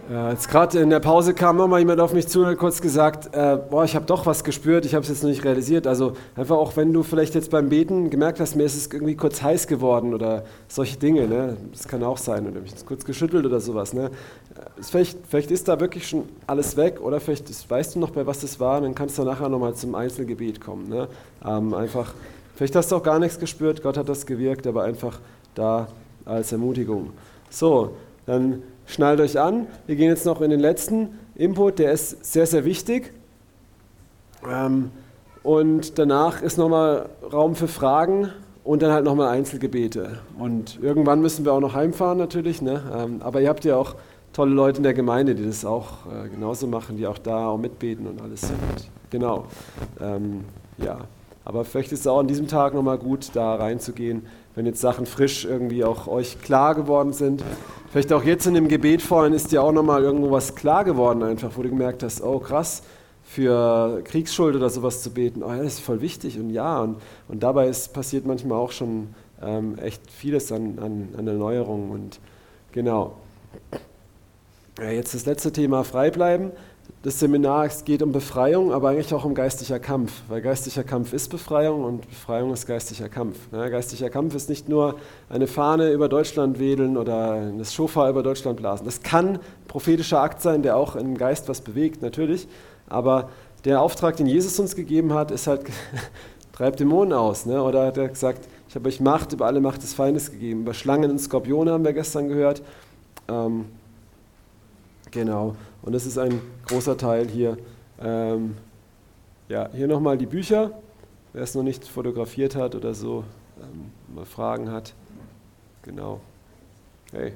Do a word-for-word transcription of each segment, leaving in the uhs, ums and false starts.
Ja, jetzt gerade in der Pause kam nochmal jemand auf mich zu und hat kurz gesagt, äh, boah, ich habe doch was gespürt, ich habe es jetzt noch nicht realisiert. Also einfach auch, wenn du vielleicht jetzt beim Beten gemerkt hast, mir ist es irgendwie kurz heiß geworden oder solche Dinge, ne? Das kann auch sein, oder mich jetzt kurz geschüttelt oder sowas. Ne? Vielleicht, vielleicht ist da wirklich schon alles weg oder vielleicht ist, weißt du noch, bei was das war, und dann kannst du nachher nochmal zum Einzelgebet kommen. Ne? Ähm, einfach, vielleicht hast du auch gar nichts gespürt, Gott hat das gewirkt, aber einfach da als Ermutigung. So, dann schnallt euch an, wir gehen jetzt noch in den letzten Input, der ist sehr, sehr wichtig. Ähm, und danach ist nochmal Raum für Fragen und dann halt nochmal Einzelgebete. Und irgendwann müssen wir auch noch heimfahren natürlich, ne? Ähm, aber ihr habt ja auch tolle Leute in der Gemeinde, die das auch äh, genauso machen, die auch da auch mitbeten und alles. Und genau, ähm, ja. Aber vielleicht ist es auch an diesem Tag nochmal gut, da reinzugehen, wenn jetzt Sachen frisch irgendwie auch euch klar geworden sind. Vielleicht auch jetzt in dem Gebet vorhin ist dir auch nochmal irgendwo was klar geworden einfach, wo du gemerkt hast, oh krass, für Kriegsschuld oder sowas zu beten, oh ja, das ist voll wichtig und ja. Und, und dabei ist, passiert manchmal auch schon ähm, echt vieles an, an, an Erneuerung und genau. Ja, jetzt das letzte Thema, Freibleiben. Das Seminar, es geht um Befreiung, aber eigentlich auch um geistlicher Kampf, weil geistlicher Kampf ist Befreiung und Befreiung ist geistlicher Kampf. Ja, geistlicher Kampf ist nicht nur eine Fahne über Deutschland wedeln oder das Schofar über Deutschland blasen. Das kann ein prophetischer Akt sein, der auch im Geist was bewegt, natürlich, aber der Auftrag, den Jesus uns gegeben hat, ist halt, treibt Dämonen aus. Ne? Oder hat er gesagt, ich habe euch Macht über alle Macht des Feindes gegeben. Über Schlangen und Skorpione haben wir gestern gehört. Ähm, genau. Und das ist ein großer Teil hier. Ähm, ja, hier nochmal die Bücher, wer es noch nicht fotografiert hat oder so, ähm, mal Fragen hat. Genau. Hey.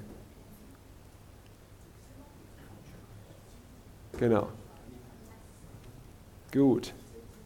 Genau. Gut.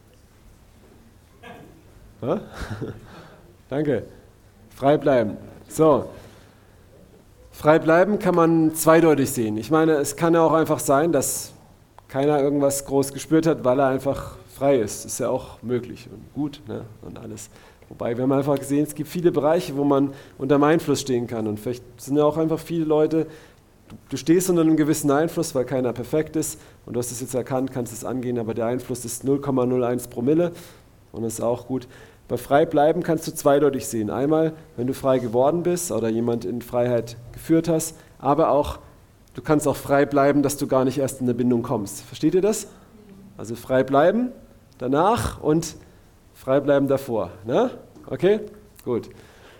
Ha? Danke. Frei bleiben. So. Frei bleiben kann man zweideutig sehen. Ich meine, es kann ja auch einfach sein, dass keiner irgendwas groß gespürt hat, weil er einfach frei ist. Das ist ja auch möglich und gut, ne? Und alles. Wobei wir haben einfach gesehen, es gibt viele Bereiche, wo man unter dem Einfluss stehen kann. Und vielleicht sind ja auch einfach viele Leute, du, du stehst unter einem gewissen Einfluss, weil keiner perfekt ist. Und du hast es jetzt erkannt, kannst es angehen, aber der Einfluss ist null Komma null eins Promille. Und das ist auch gut. Bei frei bleiben kannst du zweideutig sehen. Einmal, wenn du frei geworden bist oder jemand in Freiheit geführt hast, aber auch, du kannst auch frei bleiben, dass du gar nicht erst in eine Bindung kommst. Versteht ihr das? Also frei bleiben danach und frei bleiben davor. Ne? Okay? Gut.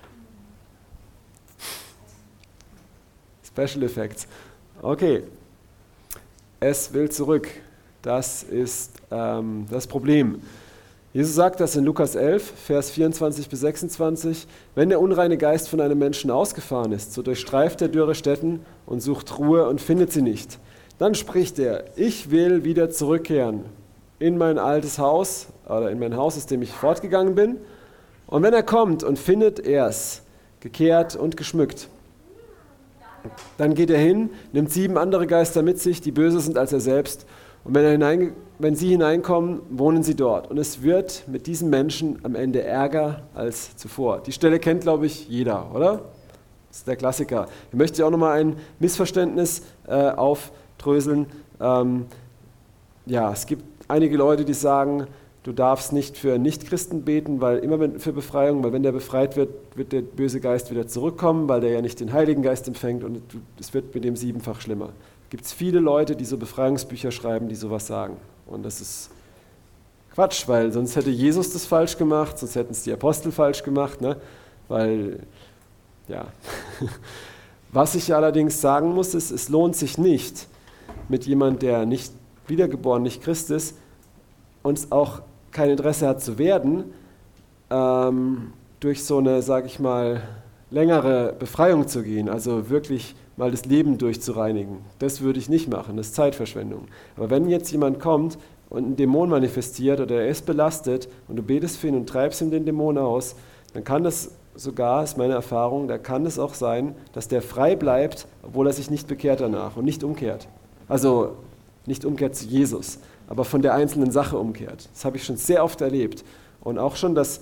Special Effects. Okay. Es will zurück. Das ist ähm, das Problem. Jesus sagt das in Lukas elf, Vers vierundzwanzig bis sechsundzwanzig. Wenn der unreine Geist von einem Menschen ausgefahren ist, so durchstreift er dürre Stätten und sucht Ruhe und findet sie nicht. Dann spricht er, ich will wieder zurückkehren in mein altes Haus oder in mein Haus, aus dem ich fortgegangen bin. Und wenn er kommt und findet er es, gekehrt und geschmückt, dann geht er hin, nimmt sieben andere Geister mit sich, die böser sind als er selbst. Und wenn, er hinein, wenn sie hineinkommen, wohnen sie dort. Und es wird mit diesen Menschen am Ende ärger als zuvor. Die Stelle kennt, glaube ich, jeder, oder? Das ist der Klassiker. Ich möchte auch nochmal ein Missverständnis äh, aufdröseln. Ähm, ja, es gibt einige Leute, die sagen, du darfst nicht für Nichtchristen beten, weil immer für Befreiung, weil wenn der befreit wird, wird der böse Geist wieder zurückkommen, weil der ja nicht den Heiligen Geist empfängt und es wird mit dem siebenfach schlimmer. Gibt es viele Leute, die so Befreiungsbücher schreiben, die sowas sagen. Und das ist Quatsch, weil sonst hätte Jesus das falsch gemacht, sonst hätten es die Apostel falsch gemacht, ne? Weil, ja. Was ich allerdings sagen muss, ist, es lohnt sich nicht, mit jemandem, der nicht wiedergeboren, nicht Christ ist, und auch kein Interesse hat zu werden, ähm, durch so eine, sage ich mal, längere Befreiung zu gehen, also wirklich mal das Leben durchzureinigen. Das würde ich nicht machen, das ist Zeitverschwendung. Aber wenn jetzt jemand kommt und einen Dämon manifestiert oder er ist belastet und du betest für ihn und treibst ihm den Dämon aus, dann kann das sogar, ist meine Erfahrung, da kann es auch sein, dass der frei bleibt, obwohl er sich nicht bekehrt danach und nicht umkehrt. Also nicht umkehrt zu Jesus, aber von der einzelnen Sache umkehrt. Das habe ich schon sehr oft erlebt. Und auch schon, dass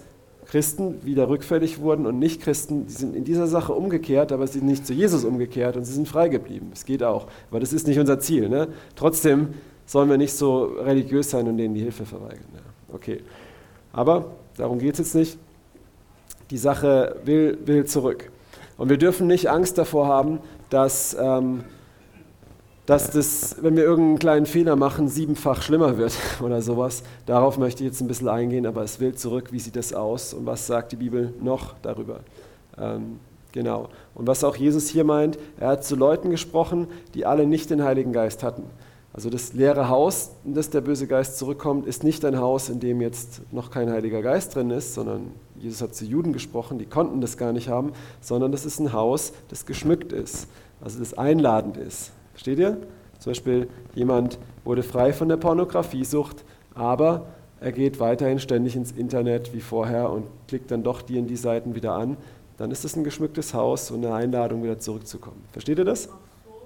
Christen wieder rückfällig wurden und Nicht-Christen, die sind in dieser Sache umgekehrt, aber sie sind nicht zu Jesus umgekehrt und sie sind frei geblieben. Es geht auch, aber das ist nicht unser Ziel. Ne? Trotzdem sollen wir nicht so religiös sein und denen die Hilfe verweigern. Ja, okay, aber darum geht es jetzt nicht. Die Sache will, will zurück. Und wir dürfen nicht Angst davor haben, dass, ähm, dass das, wenn wir irgendeinen kleinen Fehler machen, siebenfach schlimmer wird oder sowas. Darauf möchte ich jetzt ein bisschen eingehen, aber es will zurück. Wie sieht das aus und was sagt die Bibel noch darüber? Ähm, genau. Und was auch Jesus hier meint, er hat zu Leuten gesprochen, die alle nicht den Heiligen Geist hatten. Also das leere Haus, in das der böse Geist zurückkommt, ist nicht ein Haus, in dem jetzt noch kein Heiliger Geist drin ist, sondern Jesus hat zu Juden gesprochen, die konnten das gar nicht haben, sondern das ist ein Haus, das geschmückt ist, also das einladend ist. Versteht ihr? Zum Beispiel jemand wurde frei von der Pornografiesucht, aber er geht weiterhin ständig ins Internet wie vorher und klickt dann doch die und die Seiten wieder an. Dann ist es ein geschmücktes Haus und eine Einladung, wieder zurückzukommen. Versteht ihr das?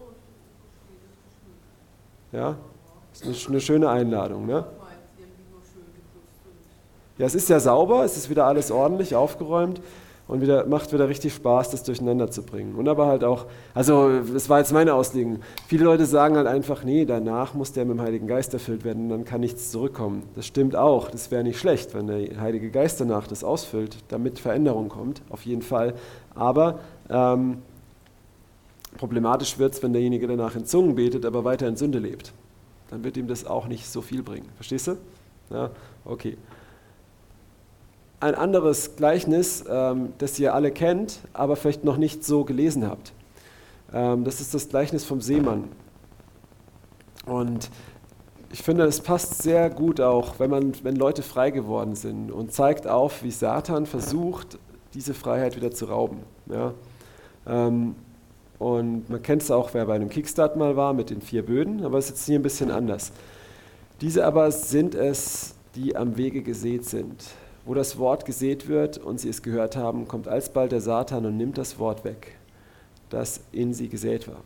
Ja, das ist eine, eine schöne Einladung. Ne? Ja, es ist ja sauber, es ist wieder alles ordentlich aufgeräumt und wieder, macht wieder richtig Spaß, das durcheinander zu bringen. Und aber halt auch, also das war jetzt meine Auslegung, viele Leute sagen halt einfach, nee, danach muss der mit dem Heiligen Geist erfüllt werden und dann kann nichts zurückkommen. Das stimmt auch, das wäre nicht schlecht, wenn der Heilige Geist danach das ausfüllt, damit Veränderung kommt, auf jeden Fall. Aber ähm, problematisch wird es, wenn derjenige danach in Zungen betet, aber weiter in Sünde lebt. Dann wird ihm das auch nicht so viel bringen. Verstehst du? Ja, okay. Ein anderes Gleichnis, ähm, das ihr alle kennt, aber vielleicht noch nicht so gelesen habt. Ähm, das ist das Gleichnis vom Seemann. Und ich finde, es passt sehr gut auch, wenn, man, wenn Leute frei geworden sind und zeigt auf, wie Satan versucht, diese Freiheit wieder zu rauben. Ja? Ähm, Und man kennt es auch, wer bei einem Kickstart mal war mit den vier Böden, aber es ist jetzt hier ein bisschen anders. Diese aber sind es, die am Wege gesät sind. Wo das Wort gesät wird und sie es gehört haben, kommt alsbald der Satan und nimmt das Wort weg, das in sie gesät war.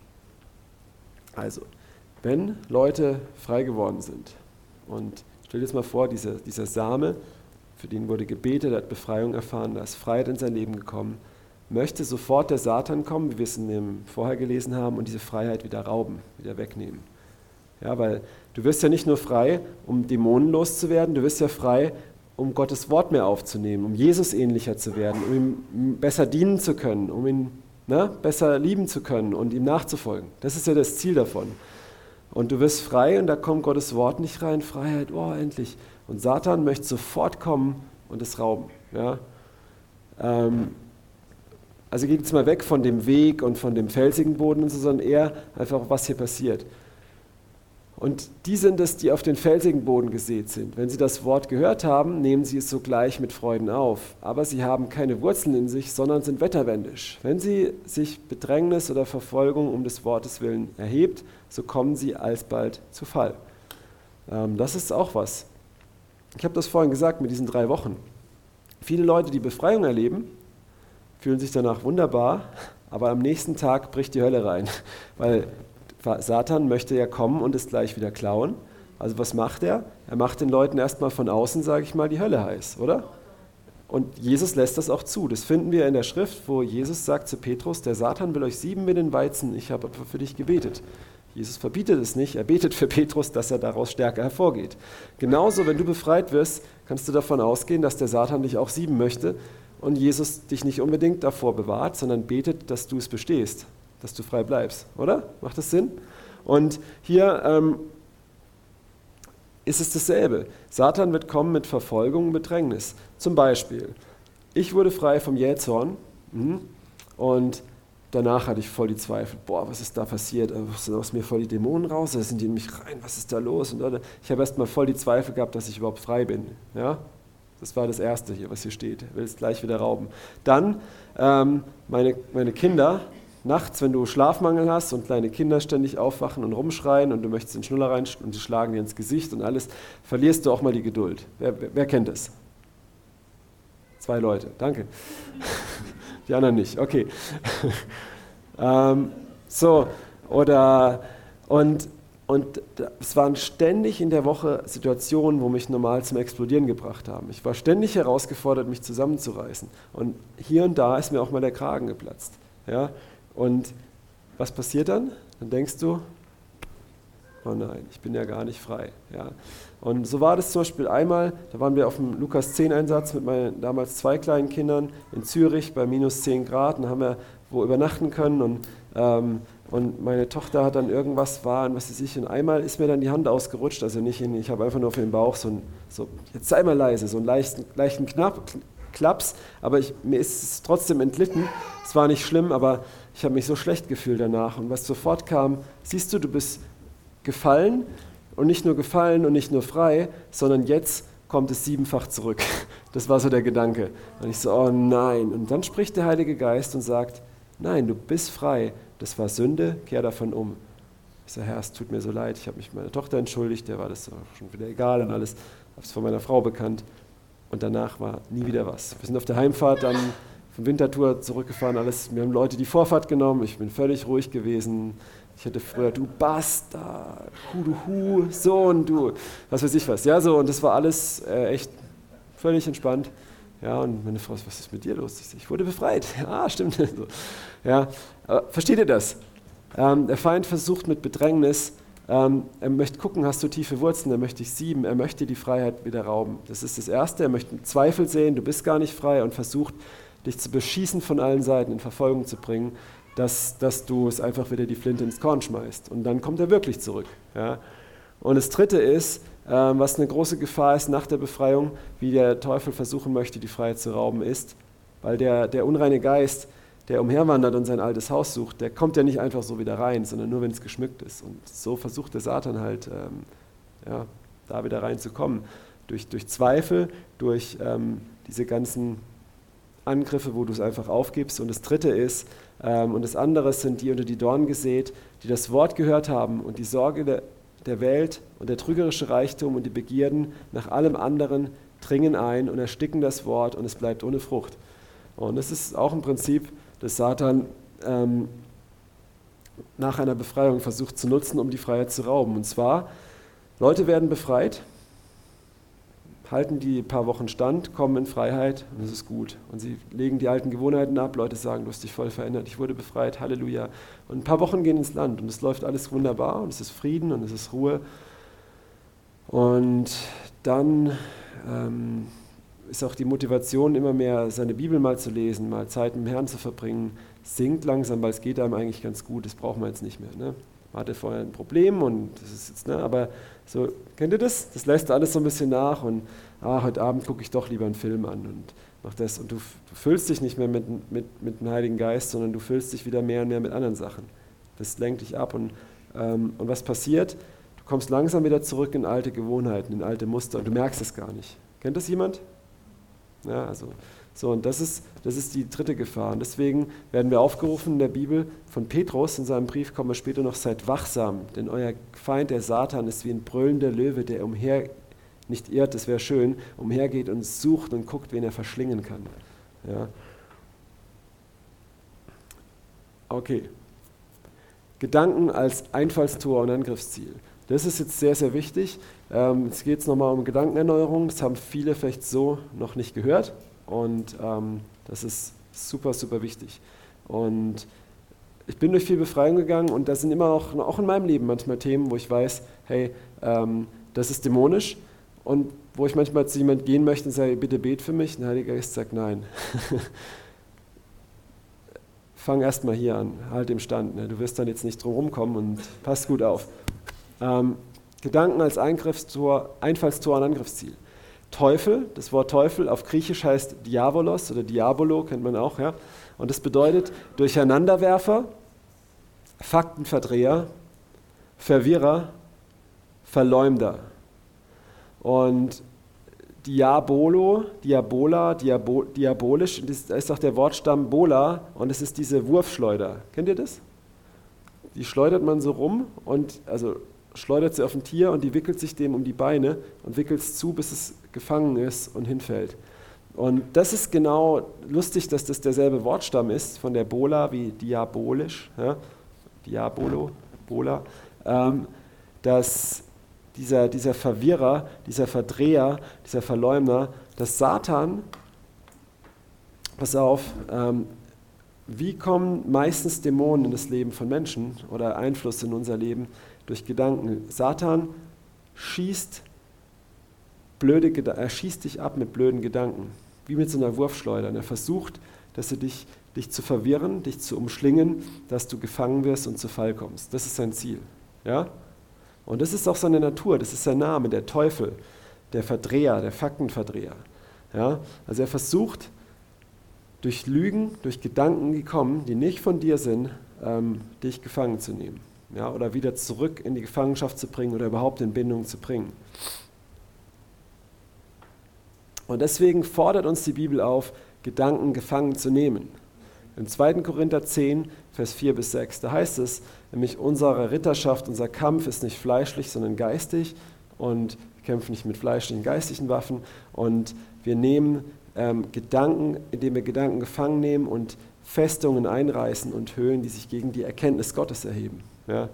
Also, wenn Leute frei geworden sind und stell dir jetzt mal vor, dieser, dieser Same, für den wurde gebetet, er hat Befreiung erfahren, da ist Freiheit in sein Leben gekommen, möchte sofort der Satan kommen, wie wir es in dem vorher gelesen haben, und diese Freiheit wieder rauben, wieder wegnehmen. Ja, weil du wirst ja nicht nur frei, um Dämonen loszuwerden, du wirst ja frei, um Gottes Wort mehr aufzunehmen, um Jesus ähnlicher zu werden, um ihm besser dienen zu können, um ihn ne, besser lieben zu können und ihm nachzufolgen. Das ist ja das Ziel davon. Und du wirst frei und da kommt Gottes Wort nicht rein, Freiheit, oh endlich. Und Satan möchte sofort kommen und es rauben. Ja? Ähm, Also geht jetzt mal weg von dem Weg und von dem felsigen Boden und so, sondern eher einfach, was hier passiert. Und die sind es, die auf den felsigen Boden gesät sind. Wenn sie das Wort gehört haben, nehmen sie es sogleich mit Freuden auf. Aber sie haben keine Wurzeln in sich, sondern sind wetterwendisch. Wenn sie sich Bedrängnis oder Verfolgung um des Wortes willen erhebt, so kommen sie alsbald zu Fall. Ähm, das ist auch was. Ich habe das vorhin gesagt mit diesen drei Wochen. Viele Leute, die Befreiung erleben, fühlen sich danach wunderbar, aber am nächsten Tag bricht die Hölle rein, weil Satan möchte ja kommen und es gleich wieder klauen. Also was macht er? Er macht den Leuten erstmal von außen, sage ich mal, die Hölle heiß, oder? Und Jesus lässt das auch zu. Das finden wir in der Schrift, wo Jesus sagt zu Petrus, der Satan will euch sieben mit den Weizen, ich habe aber für dich gebetet. Jesus verbietet es nicht, er betet für Petrus, dass er daraus stärker hervorgeht. Genauso, wenn du befreit wirst, kannst du davon ausgehen, dass der Satan dich auch sieben möchte, und Jesus dich nicht unbedingt davor bewahrt, sondern betet, dass du es bestehst, dass du frei bleibst, oder? Macht das Sinn? Und hier ähm, ist es dasselbe. Satan wird kommen mit Verfolgung und Bedrängnis. Zum Beispiel, ich wurde frei vom Jähzorn und danach hatte ich voll die Zweifel. Boah, was ist da passiert? Sind aus mir voll die Dämonen raus? Da sind die in mich rein? Was ist da los? Und ich habe erst mal voll die Zweifel gehabt, dass ich überhaupt frei bin. Ja? Das war das Erste hier, was hier steht. Er will es gleich wieder rauben. Dann ähm, meine, meine Kinder, nachts, wenn du Schlafmangel hast und kleine Kinder ständig aufwachen und rumschreien und du möchtest den Schnuller rein und die schlagen dir ins Gesicht und alles, verlierst du auch mal die Geduld. Wer, wer, wer kennt das? Zwei Leute, danke. Die anderen nicht, okay. ähm, so, oder, und Und es waren ständig in der Woche Situationen, wo mich normal zum Explodieren gebracht haben. Ich war ständig herausgefordert, mich zusammenzureißen. Und hier und da ist mir auch mal der Kragen geplatzt. Ja? Und was passiert dann? Dann denkst du, oh nein, ich bin ja gar nicht frei. Ja? Und so war das zum Beispiel einmal, da waren wir auf dem Lukas zehn Einsatz mit meinen damals zwei kleinen Kindern in Zürich bei minus zehn Grad und haben wir wo übernachten können und ähm, Und meine Tochter hat dann irgendwas war, was weiß ich, und einmal ist mir dann die Hand ausgerutscht, also nicht in, ich habe einfach nur auf den Bauch so, ein, so jetzt sei mal leise, so einen leichten, leichten Knapp, Klaps, aber ich, mir ist es trotzdem entglitten. Es war nicht schlimm, aber ich habe mich so schlecht gefühlt danach. Und was sofort kam, siehst du, du bist gefallen und nicht nur gefallen und nicht nur frei, sondern jetzt kommt es siebenfach zurück. Das war so der Gedanke. Und ich so, oh nein. Und dann spricht der Heilige Geist und sagt, nein, du bist frei. Das war Sünde, kehr davon um. Ich sage, Herr, es tut mir so leid, ich habe mich meiner Tochter entschuldigt, der war das schon wieder egal und alles, habe es von meiner Frau bekannt und danach war nie wieder was. Wir sind auf der Heimfahrt dann von Winterthur zurückgefahren, alles, wir haben Leute die Vorfahrt genommen, ich bin völlig ruhig gewesen. Ich hatte früher, du Bastard, hu, du Hu, Sohn, du, was weiß ich was. Ja, so, und das war alles äh, echt völlig entspannt. Ja, und meine Frau, was ist mit dir los? Ich, so, ich wurde befreit. Ja, stimmt. So. Ja, aber versteht ihr das? Ähm, der Feind versucht mit Bedrängnis, ähm, er möchte gucken, hast du tiefe Wurzeln, er möchte dich sieben, er möchte die Freiheit wieder rauben. Das ist das Erste, er möchte Zweifel sehen, du bist gar nicht frei und versucht, dich zu beschießen von allen Seiten, in Verfolgung zu bringen, dass, dass du es einfach wieder die Flinte ins Korn schmeißt. Und dann kommt er wirklich zurück. Ja? Und das Dritte ist, ähm, was eine große Gefahr ist nach der Befreiung, wie der Teufel versuchen möchte, die Freiheit zu rauben, ist, weil der, der unreine Geist, der umherwandert und sein altes Haus sucht, der kommt ja nicht einfach so wieder rein, sondern nur, wenn es geschmückt ist. Und so versucht der Satan halt, ähm, ja, da wieder reinzukommen. Durch, durch Zweifel, durch ähm, diese ganzen Angriffe, wo du es einfach aufgibst. Und das Dritte ist, ähm, und das andere sind die unter die Dornen gesät, die das Wort gehört haben und die Sorge der, der Welt und der trügerische Reichtum und die Begierden nach allem anderen dringen ein und ersticken das Wort und es bleibt ohne Frucht. Und das ist auch ein Prinzip, das Satan ähm, nach einer Befreiung versucht zu nutzen, um die Freiheit zu rauben. Und zwar, Leute werden befreit, halten die paar Wochen stand, kommen in Freiheit und das ist gut. Und sie legen die alten Gewohnheiten ab, Leute sagen, du hast dich voll verändert, ich wurde befreit, Halleluja. Und ein paar Wochen gehen ins Land und es läuft alles wunderbar und es ist Frieden und es ist Ruhe. Und dann ähm, ist auch die Motivation immer mehr, seine Bibel mal zu lesen, mal Zeit mit dem Herrn zu verbringen, sinkt langsam, weil es geht einem eigentlich ganz gut, das brauchen wir jetzt nicht mehr. Ne? Man hatte vorher ein Problem und das ist jetzt, ne, aber so, kennt ihr das? Das lässt alles so ein bisschen nach und ah, heute Abend gucke ich doch lieber einen Film an und mach das. Und du, du füllst dich nicht mehr mit, mit, mit dem Heiligen Geist, sondern du füllst dich wieder mehr und mehr mit anderen Sachen. Das lenkt dich ab und, ähm, und was passiert? Du kommst langsam wieder zurück in alte Gewohnheiten, in alte Muster und du merkst es gar nicht. Kennt das jemand? Ja, also, so, und das ist, das ist die dritte Gefahr. Und deswegen werden wir aufgerufen in der Bibel von Petrus, in seinem Brief kommen wir später noch, seid wachsam, denn euer Feind, der Satan, ist wie ein brüllender Löwe, der umher, nicht irrt, das wäre schön, umhergeht und sucht und guckt, wen er verschlingen kann. Ja. Okay. Gedanken als Einfallstor und Angriffsziel. Das ist jetzt sehr, sehr wichtig. Ähm, jetzt geht es nochmal um Gedankenerneuerung. Das haben viele vielleicht so noch nicht gehört. Und ähm, das ist super, super wichtig. Und ich bin durch viel Befreiung gegangen und da sind immer auch, auch in meinem Leben manchmal Themen, wo ich weiß, hey, ähm, das ist dämonisch. Und wo ich manchmal zu jemandem gehen möchte und sage, bitte bet für mich. Und der Heilige Geist sagt, nein. Fang erst mal hier an, halt im Stand. Ne? Du wirst dann jetzt nicht drum rumkommen und pass gut auf. Ähm, Gedanken als Eingriffstor, Einfallstor und Angriffsziel. Teufel, das Wort Teufel auf Griechisch heißt Diabolos oder Diabolo, kennt man auch, ja. Und das bedeutet Durcheinanderwerfer, Faktenverdreher, Verwirrer, Verleumder. Und Diabolo, Diabola, Diabo, diabolisch, da ist auch der Wortstamm Bola und es ist diese Wurfschleuder. Kennt ihr das? Die schleudert man so rum und also schleudert sie auf ein Tier und die wickelt sich dem um die Beine und wickelt es zu, bis es gefangen ist und hinfällt. Und das ist genau lustig, dass das derselbe Wortstamm ist, von der Bola wie diabolisch, ja? Diabolo, Bola. Ähm, dass dieser, dieser Verwirrer, dieser Verdreher, dieser Verleumder, dass Satan, pass auf, ähm, wie kommen meistens Dämonen in das Leben von Menschen oder Einfluss in unser Leben? Durch Gedanken. Satan schießt, blöde, er schießt dich ab mit blöden Gedanken, wie mit so einer Wurfschleuder. Und er versucht, dass er dich, dich zu verwirren, dich zu umschlingen, dass du gefangen wirst und zu Fall kommst. Das ist sein Ziel. Ja? Und das ist auch seine Natur, das ist sein Name, der Teufel, der Verdreher, der Faktenverdreher. Ja? Also er versucht, durch Lügen, durch Gedanken, die kommen, die nicht von dir sind, ähm, dich gefangen zu nehmen. Ja? Oder wieder zurück in die Gefangenschaft zu bringen oder überhaupt in Bindung zu bringen. Und deswegen fordert uns die Bibel auf, Gedanken gefangen zu nehmen. Im zweiten Korinther zehn, Vers vier bis sechs, da heißt es, nämlich unsere Ritterschaft, unser Kampf ist nicht fleischlich, sondern geistig und wir kämpfen nicht mit fleischlichen, geistigen Waffen und wir nehmen ähm, Gedanken, indem wir Gedanken gefangen nehmen und Festungen einreißen und Höhlen, die sich gegen die Erkenntnis Gottes erheben. Ja.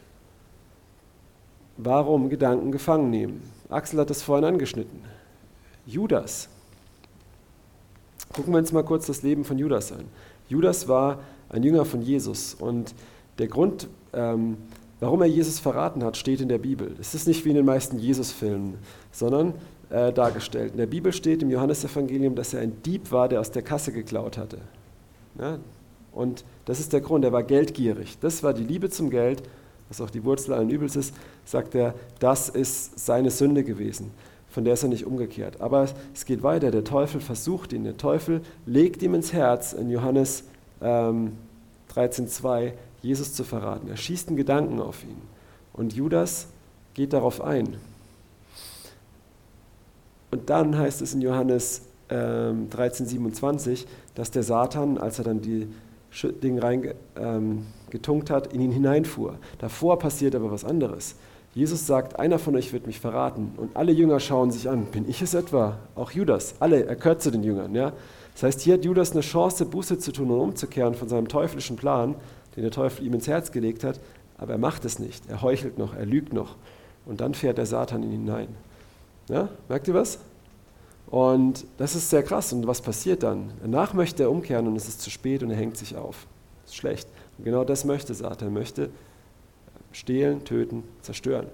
Warum Gedanken gefangen nehmen? Axel hat das vorhin angeschnitten. Judas. Gucken wir uns mal kurz das Leben von Judas an. Judas war ein Jünger von Jesus und der Grund, ähm, warum er Jesus verraten hat, steht in der Bibel. Es ist nicht wie in den meisten Jesus-Filmen, sondern äh, dargestellt. In der Bibel steht im Johannesevangelium, dass er ein Dieb war, der aus der Kasse geklaut hatte. Ja? Und das ist der Grund, er war geldgierig. Das war die Liebe zum Geld, was auch die Wurzel allen Übels ist, sagt er, das ist seine Sünde gewesen. Von der ist er nicht umgekehrt. Aber es geht weiter, der Teufel versucht ihn, der Teufel legt ihm ins Herz, in Johannes ähm, dreizehn zwei, Jesus zu verraten. Er schießt einen Gedanken auf ihn und Judas geht darauf ein. Und dann heißt es in Johannes ähm, dreizehn siebenundzwanzig, dass der Satan, als er dann die Dinge reingetunkt ähm, hat, in ihn hineinfuhr. Davor passiert aber was anderes. Jesus sagt, einer von euch wird mich verraten. Und alle Jünger schauen sich an. Bin ich es etwa? Auch Judas. Alle, er gehört zu den Jüngern. Ja? Das heißt, hier hat Judas eine Chance, Buße zu tun und umzukehren von seinem teuflischen Plan, den der Teufel ihm ins Herz gelegt hat. Aber er macht es nicht. Er heuchelt noch, er lügt noch. Und dann fährt der Satan in ihn hinein. Ja? Merkt ihr was? Und das ist sehr krass. Und was passiert dann? Danach möchte er umkehren und es ist zu spät und er hängt sich auf. Das ist schlecht. Und genau das möchte Satan. Er möchte stehlen, töten, zerstören.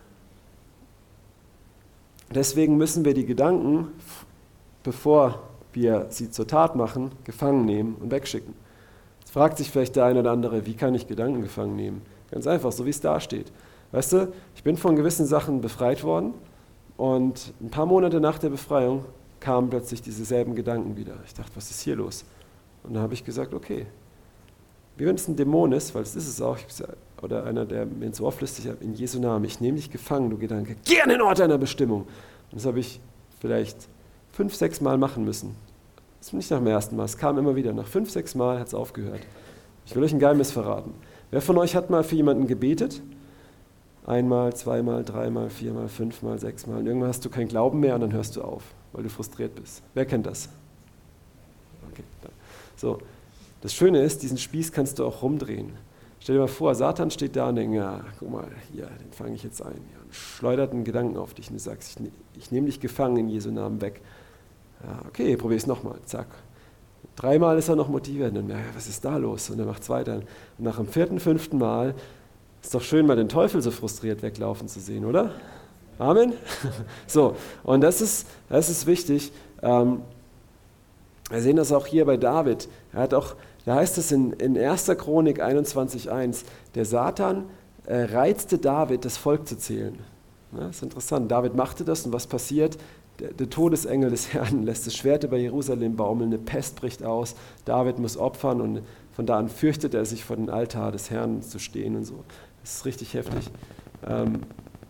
Deswegen müssen wir die Gedanken, bevor wir sie zur Tat machen, gefangen nehmen und wegschicken. Jetzt fragt sich vielleicht der eine oder andere, wie kann ich Gedanken gefangen nehmen? Ganz einfach, so wie es da steht. Weißt du, ich bin von gewissen Sachen befreit worden und ein paar Monate nach der Befreiung kamen plötzlich dieselben Gedanken wieder. Ich dachte, was ist hier los? Und dann habe ich gesagt, okay, wie wenn es ein Dämon ist, weil es ist es auch, oder einer, der mir ins Ohr flüstert, in Jesu Namen, ich nehme dich gefangen, du Gedanke, geh an den Ort deiner Bestimmung. Und das habe ich vielleicht fünf, sechs Mal machen müssen. Das ist nicht nach dem ersten Mal, es kam immer wieder. Nach fünf, sechs Mal hat es aufgehört. Ich will euch ein Geheimnis verraten. Wer von euch hat mal für jemanden gebetet? Einmal, zweimal, dreimal, viermal, fünfmal, sechsmal. Und irgendwann hast du keinen Glauben mehr und dann hörst du auf, weil du frustriert bist. Wer kennt das? Okay, so. Das Schöne ist, diesen Spieß kannst du auch rumdrehen. Stell dir mal vor, Satan steht da und denkt, ja, guck mal, hier, den fange ich jetzt ein. Ja, und schleudert einen Gedanken auf dich und du sagst, ich, ich nehme dich gefangen in Jesu Namen weg. Ja, okay, probier es nochmal, zack. Dreimal ist er noch motiviert und dann, ja, was ist da los? Und er macht es weiter. Und nach dem vierten, fünften Mal ist doch schön, mal den Teufel so frustriert weglaufen zu sehen, oder? Amen? So, und das ist, das ist wichtig. Ähm, wir sehen das auch hier bei David. Er hat auch, da heißt es in, in erster Chronik einundzwanzig eins, der Satan äh, reizte David, das Volk zu zählen. Ja, das ist interessant. David machte das und was passiert? Der, der Todesengel des Herrn lässt das Schwert über Jerusalem baumeln, eine Pest bricht aus, David muss opfern und von da an fürchtet er sich vor den Altar des Herrn zu stehen und so. Das ist richtig heftig. Ähm,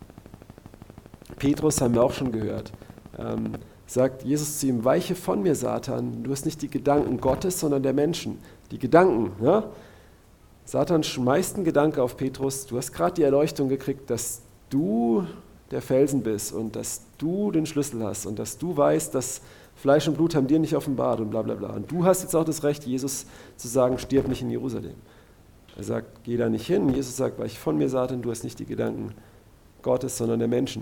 Petrus haben wir auch schon gehört. Ähm, sagt Jesus zu ihm, weiche von mir, Satan, du hast nicht die Gedanken Gottes, sondern der Menschen. Die Gedanken, ja? Satan schmeißt einen Gedanke auf Petrus, du hast gerade die Erleuchtung gekriegt, dass du der Felsen bist und dass du den Schlüssel hast und dass du weißt, dass Fleisch und Blut haben dir nicht offenbart und bla bla bla. Und du hast jetzt auch das Recht, Jesus zu sagen, stirb nicht in Jerusalem. Er sagt, geh da nicht hin. Jesus sagt, weiche von mir, Satan, du hast nicht die Gedanken Gottes, sondern der Menschen.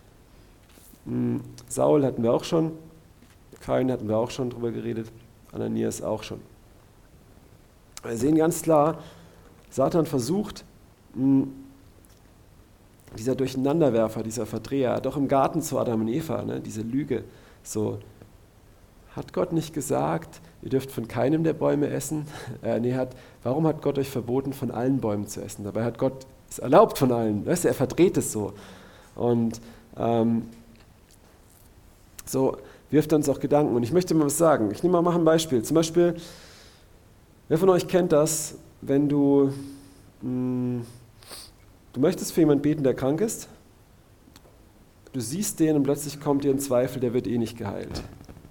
Saul hatten wir auch schon, Kain hatten wir auch schon drüber geredet, Ananias auch schon. Wir sehen ganz klar, Satan versucht, dieser Durcheinanderwerfer, dieser Verdreher, doch im Garten zu Adam und Eva, ne, diese Lüge, so, hat Gott nicht gesagt, ihr dürft von keinem der Bäume essen? Äh, nee, hat, warum hat Gott euch verboten, von allen Bäumen zu essen? Dabei hat Gott es erlaubt von allen, weißt du, er verdreht es so. Und ähm, so wirft er uns auch Gedanken. Und ich möchte mal was sagen. Ich nehme mal mach ein Beispiel. Zum Beispiel, wer von euch kennt das, wenn du, mh, du möchtest für jemanden beten, der krank ist, du siehst den und plötzlich kommt dir ein Zweifel, der wird eh nicht geheilt.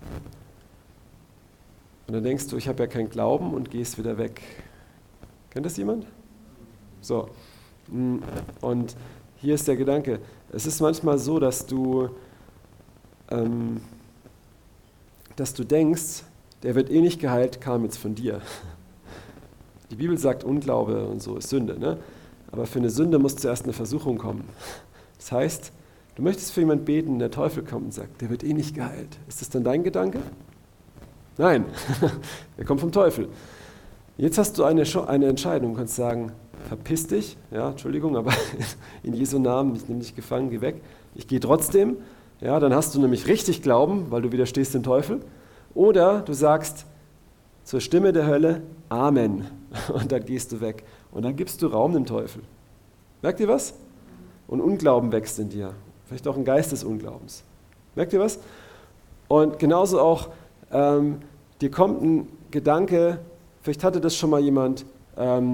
Und dann denkst du, ich habe ja keinen Glauben und gehst wieder weg. Kennt das jemand? So. Und hier ist der Gedanke. Es ist manchmal so, dass du, ähm, dass du denkst, der wird eh nicht geheilt, kam jetzt von dir. Die Bibel sagt, Unglaube und so ist Sünde. Ne? Aber für eine Sünde muss zuerst eine Versuchung kommen. Das heißt, du möchtest für jemanden beten, der Teufel kommt und sagt, der wird eh nicht geheilt. Ist das dann dein Gedanke? Nein, der kommt vom Teufel. Jetzt hast du eine, eine Entscheidung, du kannst sagen, verpiss dich, ja, Entschuldigung, aber in Jesu Namen, ich nehme dich gefangen, geh weg. Ich gehe trotzdem, ja, dann hast du nämlich richtig Glauben, weil du widerstehst dem Teufel. Oder du sagst zur Stimme der Hölle, Amen, und dann gehst du weg. Und dann gibst du Raum dem Teufel. Merkt ihr was? Und Unglauben wächst in dir. Vielleicht auch ein Geist des Unglaubens. Merkt ihr was? Und genauso auch, ähm, dir kommt ein Gedanke, vielleicht hatte das schon mal jemand, ähm,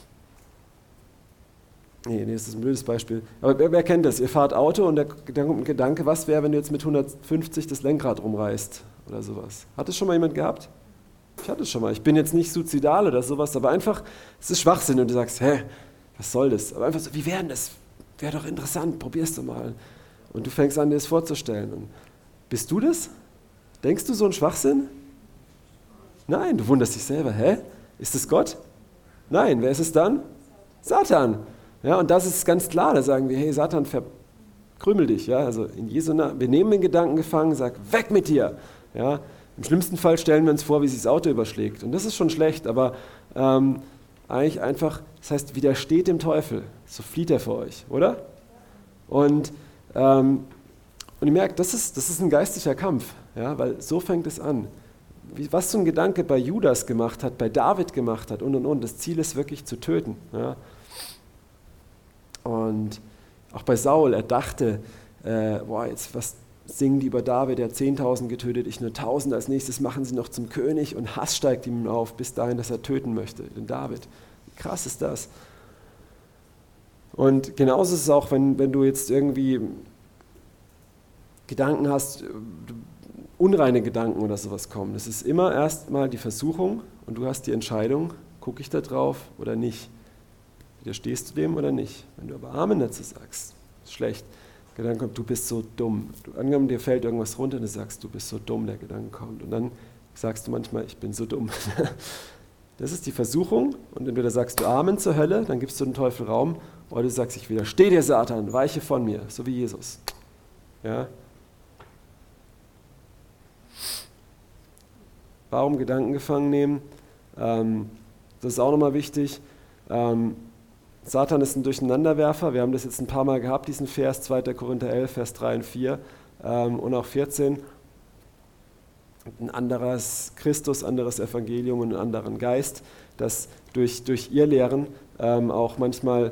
nee, nee, das ist ein blödes Beispiel, aber wer, wer kennt das? Ihr fahrt Auto und da kommt ein Gedanke, was wäre, wenn du jetzt mit hundertfünfzig das Lenkrad rumreißt oder sowas? Hat das schon mal jemand gehabt? Ich hatte es schon mal. Ich bin jetzt nicht suizidal oder sowas, aber einfach, es ist Schwachsinn und du sagst, hä, was soll das? Aber einfach so, wie wäre denn das? Wäre doch interessant, probier's doch mal. Und du fängst an, dir das vorzustellen. Und bist du das? Denkst du so einen Schwachsinn? Nein, du wunderst dich selber. Hä? Ist es Gott? Nein, wer ist es dann? Satan. Ja, und das ist ganz klar. Da sagen wir, hey Satan, verkrümel dich. Ja, also in Jesu Namen. Wir nehmen den Gedanken gefangen, sag, weg mit dir. Ja, im schlimmsten Fall stellen wir uns vor, wie sich das Auto überschlägt. Und das ist schon schlecht, aber ähm, eigentlich einfach, das heißt, widersteht dem Teufel. So flieht er vor euch, oder? Und, ähm, und ihr merkt, das ist, das ist ein geistlicher Kampf. Ja, weil so fängt es an. Wie, was so ein Gedanke bei Judas gemacht hat, bei David gemacht hat und und und. Das Ziel ist wirklich zu töten. Ja. Und auch bei Saul, er dachte, äh, boah, jetzt was singen die über David, der hat zehntausend getötet, ich nur tausend, als nächstes machen sie noch zum König und Hass steigt ihm auf, bis dahin, dass er töten möchte, den David. Wie krass ist das? Und genauso ist es auch, wenn, wenn du jetzt irgendwie Gedanken hast, unreine Gedanken oder sowas kommen. Das ist immer erstmal die Versuchung und du hast die Entscheidung, gucke ich da drauf oder nicht. Widerstehst du dem oder nicht? Wenn du aber Amen dazu sagst, ist schlecht. Der Gedanke kommt, du bist so dumm. Du, angenommen, dir fällt irgendwas runter und du sagst, du bist so dumm, der Gedanke kommt. Und dann sagst du manchmal, ich bin so dumm. Das ist die Versuchung und entweder sagst du Amen zur Hölle, dann gibst du dem Teufel Raum, oder du sagst, ich widerstehe dir, Satan, weiche von mir, so wie Jesus. Ja? Warum Gedanken gefangen nehmen? Ähm, das ist auch nochmal wichtig. Ähm, Satan ist ein Durcheinanderwerfer. Wir haben das jetzt ein paar Mal gehabt, diesen Vers, zweiter Korinther elf, Vers drei und vier ähm, und auch vierzehn. Ein anderes Christus, anderes Evangelium und einen anderen Geist, das durch, durch ihr Lehren ähm, auch manchmal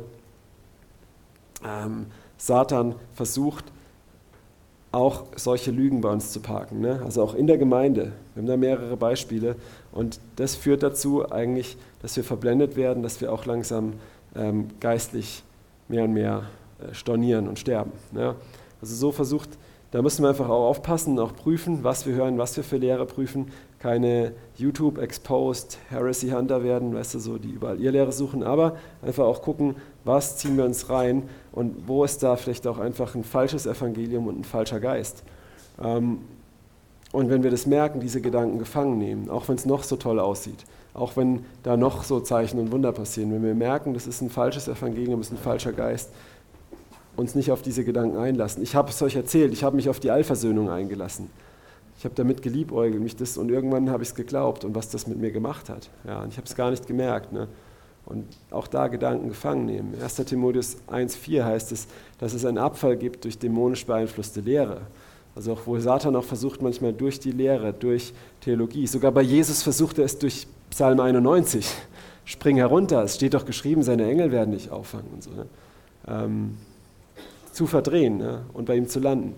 ähm, Satan versucht, auch solche Lügen bei uns zu parken, ne? Also auch in der Gemeinde. Wir haben da mehrere Beispiele und das führt dazu eigentlich, dass wir verblendet werden, dass wir auch langsam ähm, geistlich mehr und mehr äh, stornieren und sterben. Ne? Also so versucht, da müssen wir einfach auch aufpassen, auch prüfen, was wir hören, was wir für Lehre prüfen. Keine YouTube-exposed Heresy Hunter werden, weißt du, so, die überall ihr Lehre suchen, aber einfach auch gucken, was ziehen wir uns rein und wo ist da vielleicht auch einfach ein falsches Evangelium und ein falscher Geist. Ähm, und wenn wir das merken, diese Gedanken gefangen nehmen, auch wenn es noch so toll aussieht, auch wenn da noch so Zeichen und Wunder passieren, wenn wir merken, das ist ein falsches Evangelium, das ist ein falscher Geist, uns nicht auf diese Gedanken einlassen. Ich habe es euch erzählt, ich habe mich auf die Allversöhnung eingelassen. Ich habe damit geliebäugelt mich das, und irgendwann habe ich es geglaubt und was das mit mir gemacht hat. Ja, und ich habe es gar nicht gemerkt. Ne? Und auch da Gedanken gefangen nehmen. erster Timotheus eins vier heißt es, dass es einen Abfall gibt durch dämonisch beeinflusste Lehre. Also auch wo Satan auch versucht, manchmal durch die Lehre, durch Theologie. Sogar bei Jesus versucht er es durch Psalm einundneunzig. Spring herunter, es steht doch geschrieben, seine Engel werden dich auffangen und so. Ne? Ähm, zu verdrehen, ne? Und bei ihm zu landen.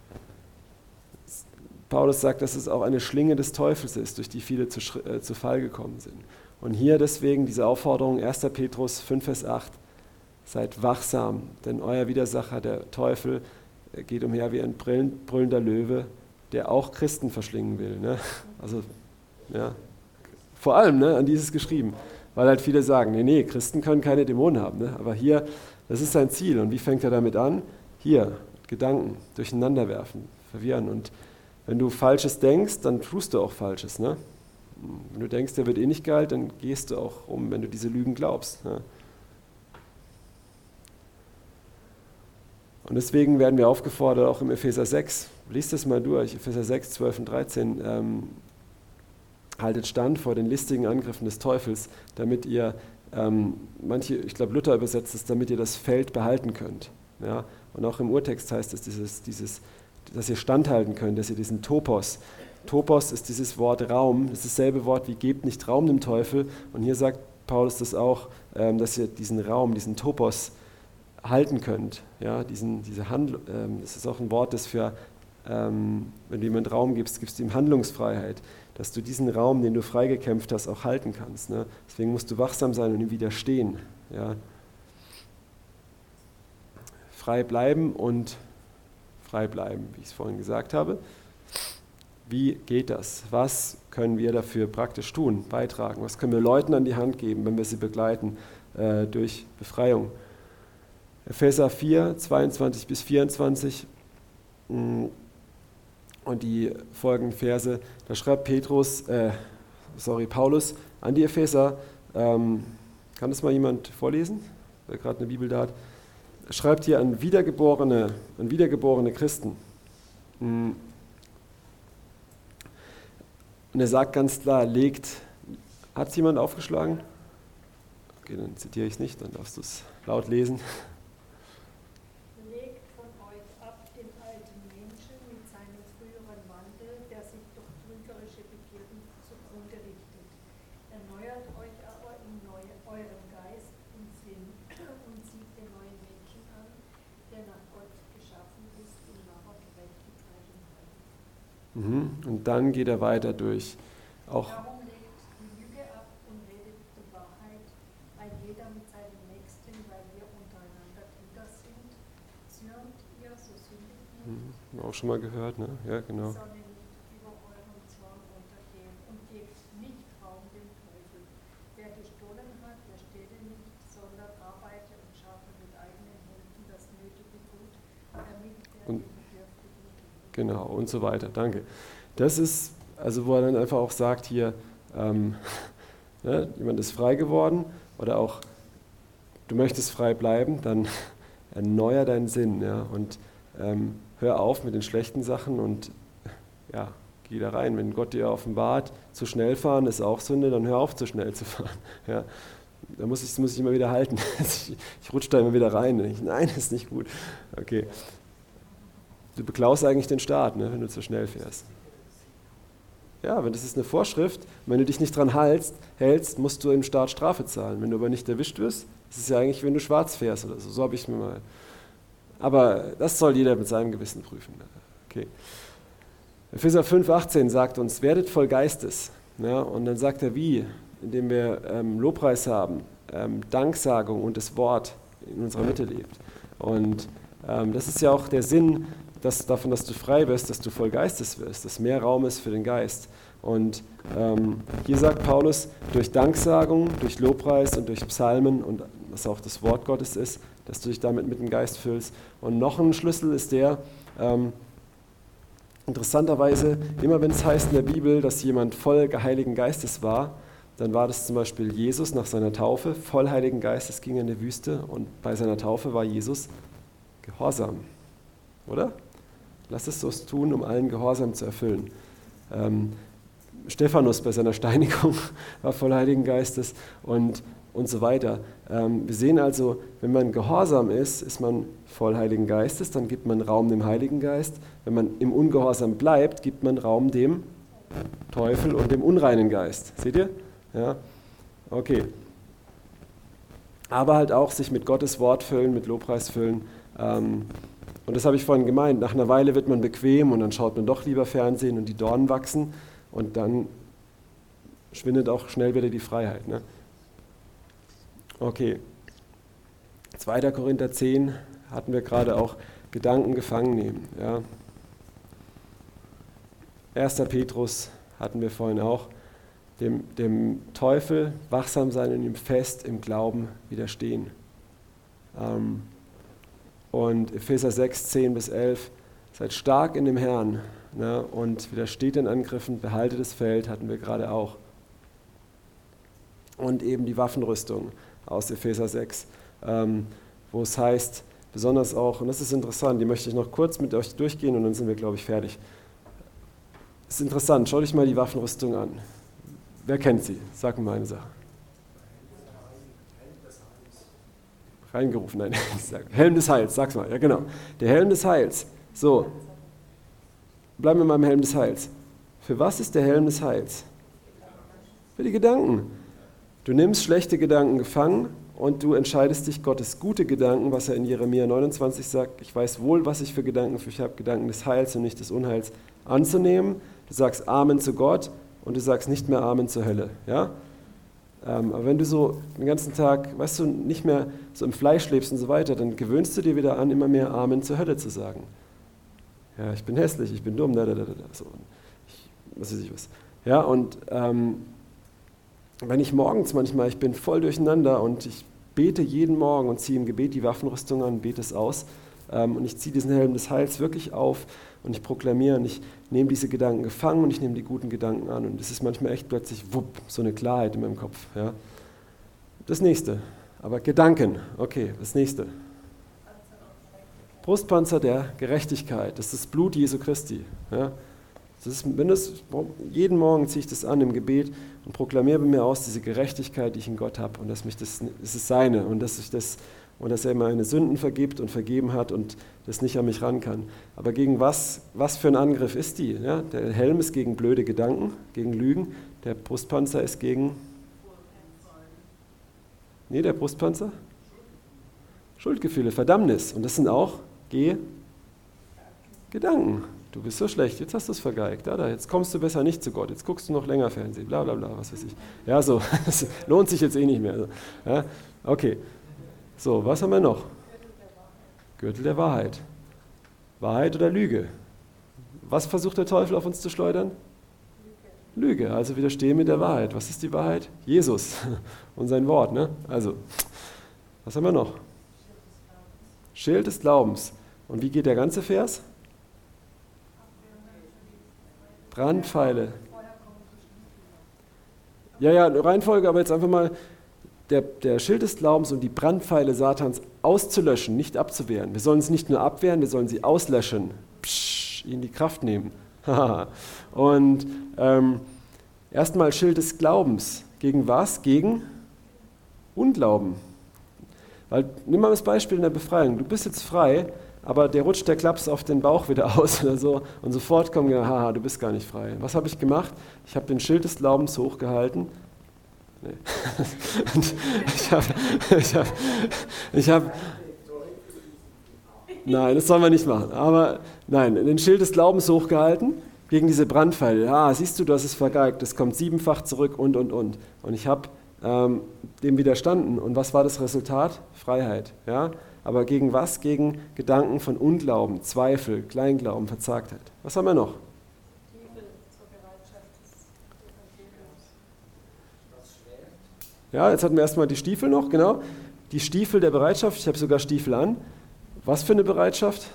Paulus sagt, dass es auch eine Schlinge des Teufels ist, durch die viele zu, äh, zu Fall gekommen sind. Und hier deswegen diese Aufforderung, erster Petrus fünf Vers acht, seid wachsam, denn euer Widersacher, der Teufel, geht umher wie ein brüllender Löwe, der auch Christen verschlingen will. Ne? Also, ja, vor allem, ne, an dieses geschrieben, weil halt viele sagen, nee, nee, Christen können keine Dämonen haben. Ne? Aber hier, das ist sein Ziel. Und wie fängt er damit an? Hier, Gedanken durcheinander werfen, verwirren. Und wenn du Falsches denkst, dann tust du auch Falsches. Ne? Wenn du denkst, der wird eh nicht geheilt, dann gehst du auch um, wenn du diese Lügen glaubst. Ne? Und deswegen werden wir aufgefordert, auch im Epheser sechs, liest das mal durch, Epheser sechs, zwölf und dreizehn, ähm, haltet stand vor den listigen Angriffen des Teufels, damit ihr, ähm, manche, ich glaube Luther übersetzt es, damit ihr das Feld behalten könnt. Ja? Und auch im Urtext heißt es, dieses, dieses, dass ihr standhalten könnt, dass ihr diesen Topos, Topos ist dieses Wort Raum, das ist dasselbe Wort wie gebt nicht Raum dem Teufel. Und hier sagt Paulus das auch, ähm, dass ihr diesen Raum, diesen Topos halten könnt. Ja? Diesen, diese Handl- ähm, das ist auch ein Wort, das für, ähm, wenn du jemandem Raum gibst, gibst du ihm Handlungsfreiheit, dass du diesen Raum, den du freigekämpft hast, auch halten kannst. Ne? Deswegen musst du wachsam sein und ihm widerstehen. Ja? Frei bleiben und frei bleiben, wie ich es vorhin gesagt habe. Wie geht das? Was können wir dafür praktisch tun, beitragen? Was können wir Leuten an die Hand geben, wenn wir sie begleiten äh, durch Befreiung? Epheser vier, zweiundzwanzig bis vierundzwanzig mh, und die folgenden Verse, da schreibt Petrus, äh, sorry, Paulus an die Epheser, ähm, kann das mal jemand vorlesen, wer gerade eine Bibel da hat? Er schreibt hier an wiedergeborene, an wiedergeborene Christen. Mh, Und er sagt ganz klar, legt, hat es jemand aufgeschlagen? Okay, dann zitiere ich es nicht, dann darfst du es laut lesen. Legt von euch ab den alten Menschen mit seinem früheren Wandel, der sich durch trügerische Begierden zugrunde richtet. Erneuert euch aber in neue, eurem Geist und Sinn und zieht den neuen Menschen an, der nach Gott geschaffen ist in wahrer Gerechtigkeit und Heiligung. Mhm. Und dann geht er weiter durch. Auch Darum legt die Lüge ab und redet die Wahrheit, ein jeder mit seinem Nächsten, weil wir untereinander Brüder sind. Zürnt ihr, so sündigt nicht. mhm, auch schon mal gehört, ne? Ja, genau. Sonne nicht über euren Zorn untergehen und gebt nicht Raum dem Teufel. Wer gestohlen hat, der stehle nicht, sondern arbeite und schaffe mit eigenen Händen das nötige Gut, damit er Und- den Bedürftigen gibt. Genau, und so weiter. Danke. Das ist, also wo er dann einfach auch sagt hier, ähm, ne, jemand ist frei geworden oder auch, du möchtest frei bleiben, dann erneuer deinen Sinn, ja, und ähm, hör auf mit den schlechten Sachen und ja, geh da rein. Wenn Gott dir offenbart, zu schnell fahren ist auch Sünde, dann hör auf, zu schnell zu fahren. Ja. Da muss ich, das muss ich immer wieder halten. Ich, ich rutsche da immer wieder rein. Ich, nein, das ist nicht gut. Okay. Du beklaust eigentlich den Staat, ne, wenn du zu schnell fährst. Ja, wenn das ist eine Vorschrift, wenn du dich nicht dran hältst, hältst, musst du im Staat Strafe zahlen. Wenn du aber nicht erwischt wirst, das ist ja eigentlich, wenn du schwarz fährst oder so. So habe ich mir mal. Aber das soll jeder mit seinem Gewissen prüfen. Okay. Epheser fünf, achtzehn sagt uns, werdet voll Geistes. Ja, und dann sagt er wie, indem wir ähm, Lobpreis haben, ähm, Danksagung und das Wort in unserer Mitte lebt. Und ähm, das ist ja auch der Sinn dass, davon, dass du frei wirst, dass du voll Geistes wirst, dass mehr Raum ist für den Geist. Und ähm, hier sagt Paulus, durch Danksagung, durch Lobpreis und durch Psalmen und was auch das Wort Gottes ist, dass du dich damit mit dem Geist füllst. Und noch ein Schlüssel ist der, ähm, interessanterweise, immer wenn es heißt in der Bibel, dass jemand voll Heiligen Geistes war, dann war das zum Beispiel Jesus nach seiner Taufe, voll Heiligen Geistes ging er in die Wüste und bei seiner Taufe war Jesus Gehorsam, oder? Lass es so tun, um allen Gehorsam zu erfüllen. Ähm, Stephanus bei seiner Steinigung war voll Heiligen Geistes und, und so weiter. Ähm, wir sehen also, wenn man gehorsam ist, ist man voll Heiligen Geistes, dann gibt man Raum dem Heiligen Geist. Wenn man im Ungehorsam bleibt, gibt man Raum dem Teufel und dem unreinen Geist. Seht ihr? Ja? Okay. Aber halt auch sich mit Gottes Wort füllen, mit Lobpreis füllen. Ähm, und das habe ich vorhin gemeint. Nach einer Weile wird man bequem und dann schaut man doch lieber Fernsehen und die Dornen wachsen und dann schwindet auch schnell wieder die Freiheit. Ne? Okay. zweiter Korinther zehn hatten wir gerade auch Gedanken gefangen nehmen. Ja. erster Petrus hatten wir vorhin auch. Dem, dem Teufel wachsam sein und ihm fest im Glauben widerstehen. Ähm, und Epheser sechs, zehn bis elf, seid stark in dem Herrn, ne, und widersteht den Angriffen, behaltet das Feld, hatten wir gerade auch. Und eben die Waffenrüstung aus Epheser sechs, ähm, wo es heißt, besonders auch, und das ist interessant, die möchte ich noch kurz mit euch durchgehen und dann sind wir, glaube ich, fertig. Das ist interessant, schaut euch mal die Waffenrüstung an. Wer kennt sie? Sag mir mal eine Sache. Reingerufen, nein. Helm des Heils, sag's mal. Ja, genau. Der Helm des Heils. So. Bleiben wir mal im Helm des Heils. Für was ist der Helm des Heils? Für die Gedanken. Du nimmst schlechte Gedanken gefangen und du entscheidest dich, Gottes gute Gedanken, was er in Jeremia neunundzwanzig sagt, ich weiß wohl, was ich für Gedanken für ich habe, Gedanken des Heils und nicht des Unheils, anzunehmen. Du sagst Amen zu Gott. Und du sagst nicht mehr Amen zur Hölle. Ja? Ähm, aber wenn du so den ganzen Tag, weißt du, nicht mehr so im Fleisch lebst und so weiter, dann gewöhnst du dir wieder an, immer mehr Amen zur Hölle zu sagen. Ja, ich bin hässlich, ich bin dumm, da, da, da, da. So, ich, was weiß ich was. Ja, und ähm, wenn ich morgens manchmal, ich bin voll durcheinander und ich bete jeden Morgen und ziehe im Gebet die Waffenrüstung an, bete es aus ähm, und ich ziehe diesen Helm des Heils wirklich auf und ich proklamiere und ich nehme diese Gedanken gefangen und ich nehme die guten Gedanken an. Und es ist manchmal echt plötzlich, wupp, so eine Klarheit in meinem Kopf. Ja. Das nächste, aber Gedanken, okay, das nächste. Brustpanzer der Gerechtigkeit, das ist das Blut Jesu Christi. Ja. Das ist, wenn das, jeden Morgen ziehe ich das an im Gebet und proklamiere bei mir aus diese Gerechtigkeit, die ich in Gott habe und dass mich das, es ist seine und dass ich das und dass er meine Sünden vergibt und vergeben hat und das nicht an mich ran kann. Aber gegen was, was für ein Angriff ist die? Ja, der Helm ist gegen blöde Gedanken, gegen Lügen. Der Brustpanzer ist gegen... Nee, der Brustpanzer? Schuldgefühle, Verdammnis. Und das sind auch G Gedanken. Du bist so schlecht, jetzt hast du es vergeigt. Ja, da, jetzt kommst du besser nicht zu Gott, jetzt guckst du noch länger Fernsehen, bla bla bla, was weiß ich. Ja, so, das lohnt sich jetzt eh nicht mehr. Ja, okay. So, was haben wir noch? Gürtel der Wahrheit. Wahrheit oder Lüge? Was versucht der Teufel auf uns zu schleudern? Lüge. Lüge, also widerstehen mit der Wahrheit. Was ist die Wahrheit? Jesus und sein Wort. Ne? Also, was haben wir noch? Schild des Glaubens. Und wie geht der ganze Vers? Brandpfeile. Ja, ja, Reihenfolge, aber jetzt einfach mal... Der, der Schild des Glaubens und die Brandpfeile Satans auszulöschen, nicht abzuwehren. Wir sollen es nicht nur abwehren, wir sollen sie auslöschen, Psch, ihnen die Kraft nehmen. Und ähm, erstmal Schild des Glaubens. Gegen was? Gegen Unglauben. Weil, nimm mal das Beispiel in der Befreiung. Du bist jetzt frei, aber der rutscht der Klaps auf den Bauch wieder aus oder so und sofort kommen wir, haha, du bist gar nicht frei. Was habe ich gemacht? Ich habe den Schild des Glaubens hochgehalten. Nee. ich habe, ich habe, ich habe, nein, das sollen wir nicht machen, aber nein, den Schild des Glaubens hochgehalten gegen diese Brandpfeile. Ja, siehst du, du hast es vergeigt, das kommt siebenfach zurück und, und, und. Und ich habe ähm, dem widerstanden. Und was war das Resultat? Freiheit, ja. Aber gegen was? Gegen Gedanken von Unglauben, Zweifel, Kleinglauben, Verzagtheit. Was haben wir noch? Ja, jetzt hatten wir erstmal die Stiefel noch, genau. Die Stiefel der Bereitschaft, ich habe sogar Stiefel an. Was für eine Bereitschaft?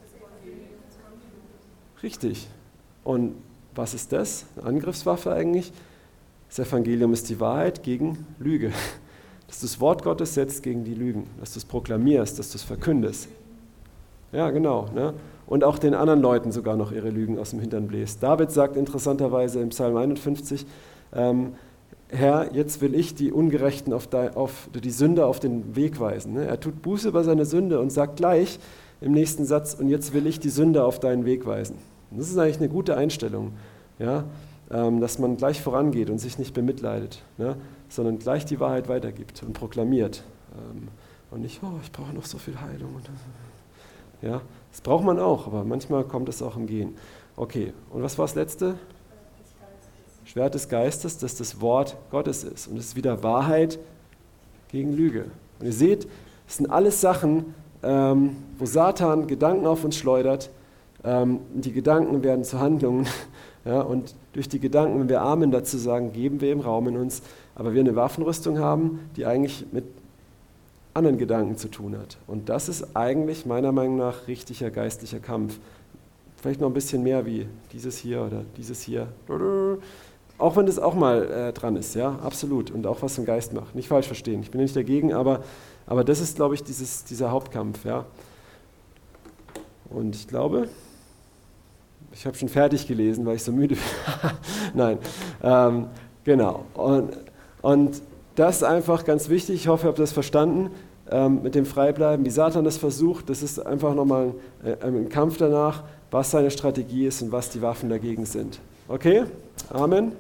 Richtig. Und was ist das? Eine Angriffswaffe eigentlich? Das Evangelium ist die Wahrheit gegen Lüge. Dass du das Wort Gottes setzt gegen die Lügen, dass du es proklamierst, dass du es verkündest. Ja, genau. Ne? Und auch den anderen Leuten sogar noch ihre Lügen aus dem Hintern bläst. David sagt interessanterweise im Psalm einundfünfzig, ähm, Herr, jetzt will ich die Ungerechten auf, de, auf die Sünder auf den Weg weisen. Ne? Er tut Buße über seine Sünde und sagt gleich im nächsten Satz, und jetzt will ich die Sünder auf deinen Weg weisen. Und das ist eigentlich eine gute Einstellung, ja? ähm, dass man gleich vorangeht und sich nicht bemitleidet, ne? sondern gleich die Wahrheit weitergibt und proklamiert. Ähm, und nicht, oh, ich brauche noch so viel Heilung. Und das, ja, das braucht man auch, aber manchmal kommt es auch im Gehen. Okay, und was war das Letzte? Schwert des Geistes, dass das Wort Gottes ist. Und es ist wieder Wahrheit gegen Lüge. Und ihr seht, es sind alles Sachen, ähm, wo Satan Gedanken auf uns schleudert. Ähm, die Gedanken werden zu Handlungen. Ja, und durch die Gedanken, wenn wir Amen dazu sagen, geben wir ihm Raum in uns. Aber wir eine Waffenrüstung haben, die eigentlich mit anderen Gedanken zu tun hat. Und das ist eigentlich meiner Meinung nach richtiger geistlicher Kampf. Vielleicht noch ein bisschen mehr wie dieses hier oder dieses hier. Auch wenn das auch mal äh, dran ist, ja, absolut. Und auch was im Geist macht. Nicht falsch verstehen, ich bin nicht dagegen, aber, aber das ist, glaube ich, dieses, dieser Hauptkampf, ja. Und ich glaube, ich habe schon fertig gelesen, weil ich so müde bin. Nein, ähm, genau. Und, und das ist einfach ganz wichtig, ich hoffe, ihr habt das verstanden, ähm, mit dem Freibleiben, wie Satan das versucht, das ist einfach nochmal ein, ein Kampf danach, was seine Strategie ist und was die Waffen dagegen sind. Okay? Amen?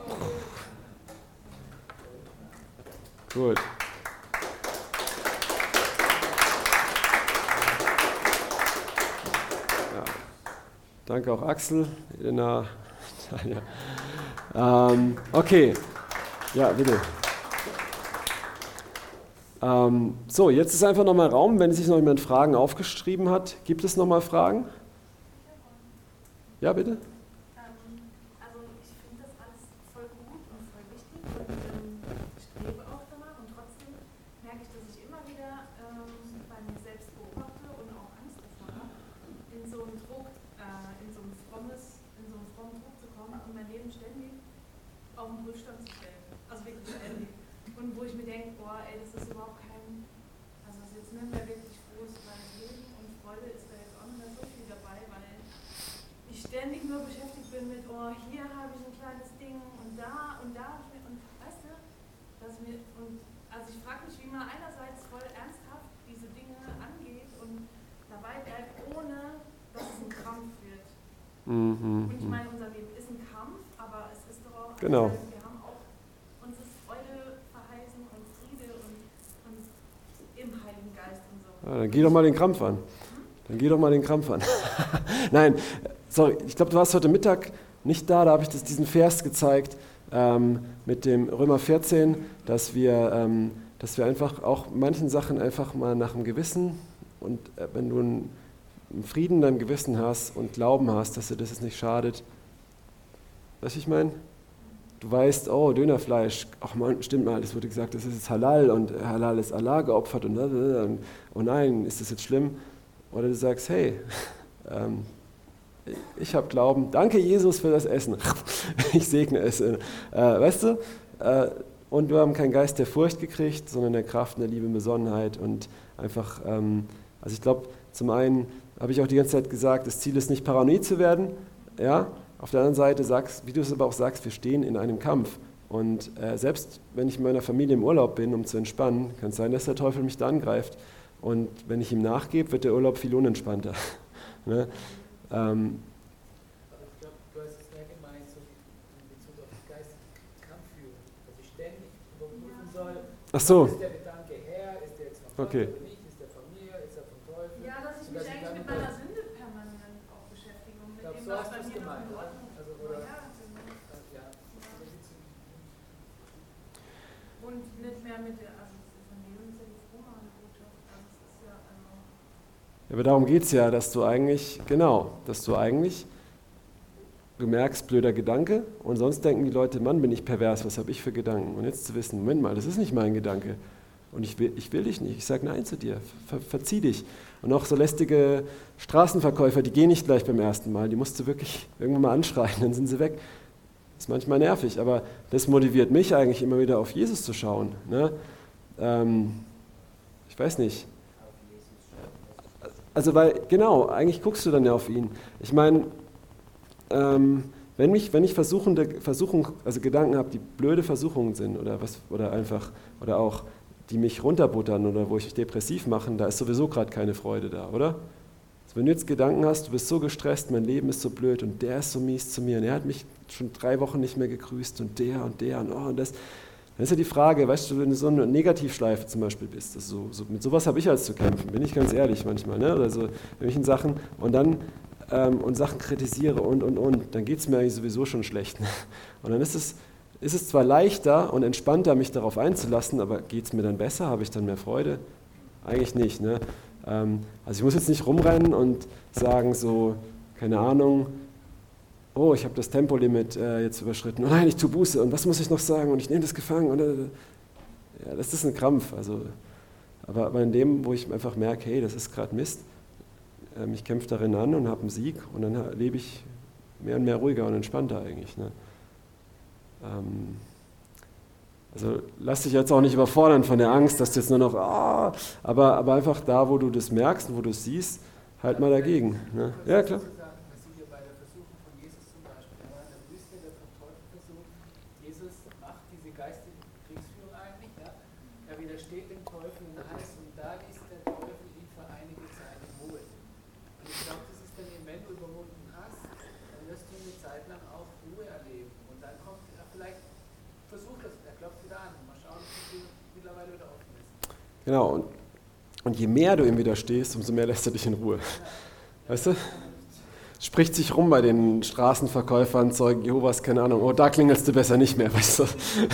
Gut. Ja. Danke auch Axel, Elena, Tanja. Ähm, okay, ja, bitte. Ähm, so, jetzt ist einfach nochmal Raum, wenn sich noch jemand Fragen aufgeschrieben hat. Gibt es nochmal Fragen? Ja, bitte? Ähm, also ich finde das alles voll gut und voll wichtig und ähm, strebe auch danach und trotzdem merke ich, dass ich immer wieder ähm, bei mir selbst beobachte und auch Angst davor habe, in so einen Druck, äh, in so ein frommes, in so einen frommen Druck zu kommen und mein Leben ständig auf den Prüfstand zu stellen. Also wirklich ständig. Und wo ich mir denke, boah, ey, das ist überhaupt kein, also das ist jetzt nicht mehr wirklich frohes kleines Leben und Freude ist da jetzt auch nicht mehr so viel dabei, weil ich ständig nur beschäftigt bin mit, oh, hier habe ich ein kleines Ding und da und da habe ich mir, und weißt du, dass mir, und also ich frage mich, wie man einerseits voll ernsthaft diese Dinge angeht und dabei bleibt, ohne dass es ein Kampf wird. Mhm. Und ich meine, unser Leben ist ein Kampf, aber es ist doch auch, genau. Also wir haben auch, uns ist Freude verheißen und Friede und, und im Heiligen Geist und so. Ja, dann geh doch mal den Krampf an. Dann geh doch mal den Krampf an. Nein, sorry, ich glaube, du warst heute Mittag nicht da, da habe ich das, diesen Vers gezeigt ähm, mit dem Römer vierzehn, dass wir, ähm, dass wir einfach auch manchen Sachen einfach mal nach dem Gewissen und äh, wenn du einen, einen Frieden in deinem Gewissen hast und Glauben hast, dass dir das jetzt nicht schadet, weißt du, ich meine? Du weißt, oh, Dönerfleisch, ach man, stimmt mal, das wurde gesagt, das ist jetzt Halal und Halal ist Allah geopfert und, und oh nein, ist das jetzt schlimm? Oder du sagst, hey, ähm, ich habe Glauben, danke Jesus für das Essen, ich segne es. Äh, weißt du, äh, und wir haben keinen Geist der Furcht gekriegt, sondern der Kraft und der Liebe und Besonnenheit und einfach, ähm, also ich glaube, zum einen habe ich auch die ganze Zeit gesagt, das Ziel ist nicht paranoid zu werden, ja, auf der anderen Seite sagst, wie du es aber auch sagst, wir stehen in einem Kampf und äh, selbst wenn ich mit meiner Familie im Urlaub bin, um zu entspannen, kann es sein, dass der Teufel mich da angreift. Und wenn ich ihm nachgebe, wird der Urlaub viel unentspannter. ne? ähm, Aber ich glaube, du hast es mehr gemeint, so in Bezug auf die geistige Kampfführung, dass ich ständig überprüfen soll, ach so. ist der Gedanke her, ist der jetzt von Gott Okay. oder nicht, ist der von mir, ist er vom Teufel? Ja, dass ich Und mich dass ich eigentlich mit dann- meiner Sünde permanent auch beschäftige und mit Ich glaube, dem, so was hast bei du es mir noch gemeint, in oder? Ordnung ist. Also, oder, Ja, genau. ja. Und nicht mehr mit der, also das Evangelium ist ja die frohe Botschaft, also es ist ja, also Ja, aber darum geht es ja, dass du eigentlich, genau, dass du eigentlich, du merkst, blöder Gedanke und sonst denken die Leute, Mann, bin ich pervers, was habe ich für Gedanken? Und jetzt zu wissen, Moment mal, das ist nicht mein Gedanke und ich will, ich will dich nicht, ich sage Nein zu dir, ver, verzieh dich. Und auch so lästige Straßenverkäufer, die gehen nicht gleich beim ersten Mal, die musst du wirklich irgendwann mal anschreien, dann sind sie weg. Das ist manchmal nervig, aber das motiviert mich eigentlich immer wieder auf Jesus zu schauen. Ne? Ähm, ich weiß nicht. Also weil, genau, eigentlich guckst du dann ja auf ihn. Ich meine, ähm, wenn, mich, wenn ich versuchende, Versuchung, also Gedanken habe, die blöde Versuchungen sind oder, was, oder einfach, oder auch, die mich runterbuttern oder wo ich mich depressiv machen, da ist sowieso gerade keine Freude da, oder? Also wenn du jetzt Gedanken hast, du bist so gestresst, mein Leben ist so blöd und der ist so mies zu mir und er hat mich schon drei Wochen nicht mehr gegrüßt und der und der und oh und das, dann ist ja die Frage, weißt du, wenn du so eine Negativschleife zum Beispiel bist, also so, mit sowas habe ich als zu kämpfen, bin ich ganz ehrlich manchmal, ne? Oder so irgendwelchen Sachen und dann ähm, und Sachen kritisiere und und und, dann geht es mir eigentlich sowieso schon schlecht. Ne? Und dann ist es, ist es zwar leichter und entspannter, mich darauf einzulassen, aber geht es mir dann besser, habe ich dann mehr Freude? Eigentlich nicht. Ne? Ähm, also ich muss jetzt nicht rumrennen und sagen so, keine Ahnung, oh, ich habe das Tempolimit äh, jetzt überschritten, oh nein, ich tue Buße und was muss ich noch sagen und ich nehme das gefangen. Und, äh, ja, das ist ein Krampf. Also, aber, aber in dem, wo ich einfach merke, hey, das ist gerade Mist, ähm, ich kämpfe darin an und habe einen Sieg und dann lebe ich mehr und mehr ruhiger und entspannter eigentlich. Ne? Ähm, also lass dich jetzt auch nicht überfordern von der Angst, dass du jetzt nur noch, oh, aber, aber einfach da, wo du das merkst und wo du es siehst, halt mal dagegen. Ne? Ja, klar. Genau, und, und je mehr du ihm widerstehst, umso mehr lässt er dich in Ruhe. Weißt du? Es spricht sich rum bei den Straßenverkäufern, Zeugen Jehovas, keine Ahnung, oh, da klingelst du besser nicht mehr, weißt du?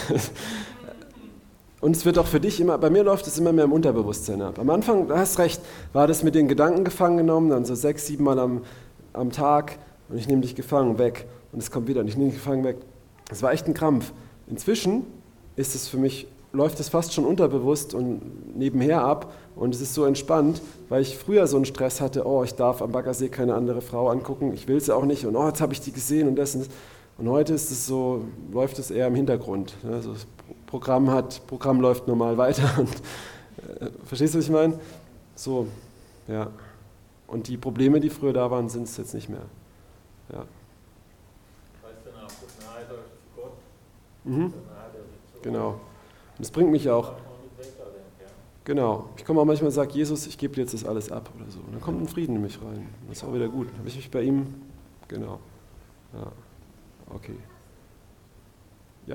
Und es wird auch für dich immer, bei mir läuft es immer mehr im Unterbewusstsein ab. Am Anfang, du hast recht, war das mit den Gedanken gefangen genommen, dann so sechs, sieben Mal am, am Tag und ich nehme dich gefangen, weg. Und es kommt wieder und ich nehme dich gefangen, weg. Das war echt ein Krampf. Inzwischen ist es für mich, läuft es fast schon unterbewusst und nebenher ab und es ist so entspannt, weil ich früher so einen Stress hatte, oh, ich darf am Baggersee keine andere Frau angucken, ich will sie auch nicht und oh, jetzt habe ich die gesehen und das und das. Und heute ist es so, läuft es eher im Hintergrund. Also das Programm hat, Programm läuft normal weiter und äh, verstehst du, was ich meine? So, ja. Und die Probleme, die früher da waren, sind es jetzt nicht mehr. Ja. Weißt du, nach das nahe durch Gott, Mhm. das nahe durch Genau. Und das bringt mich auch. Genau. Ich komme auch manchmal und sage, Jesus, ich gebe dir jetzt das alles ab oder so. Und dann kommt ein Frieden in mich rein. Das ist auch wieder gut. Dann habe ich mich bei ihm, genau. Ja. Okay. Ja.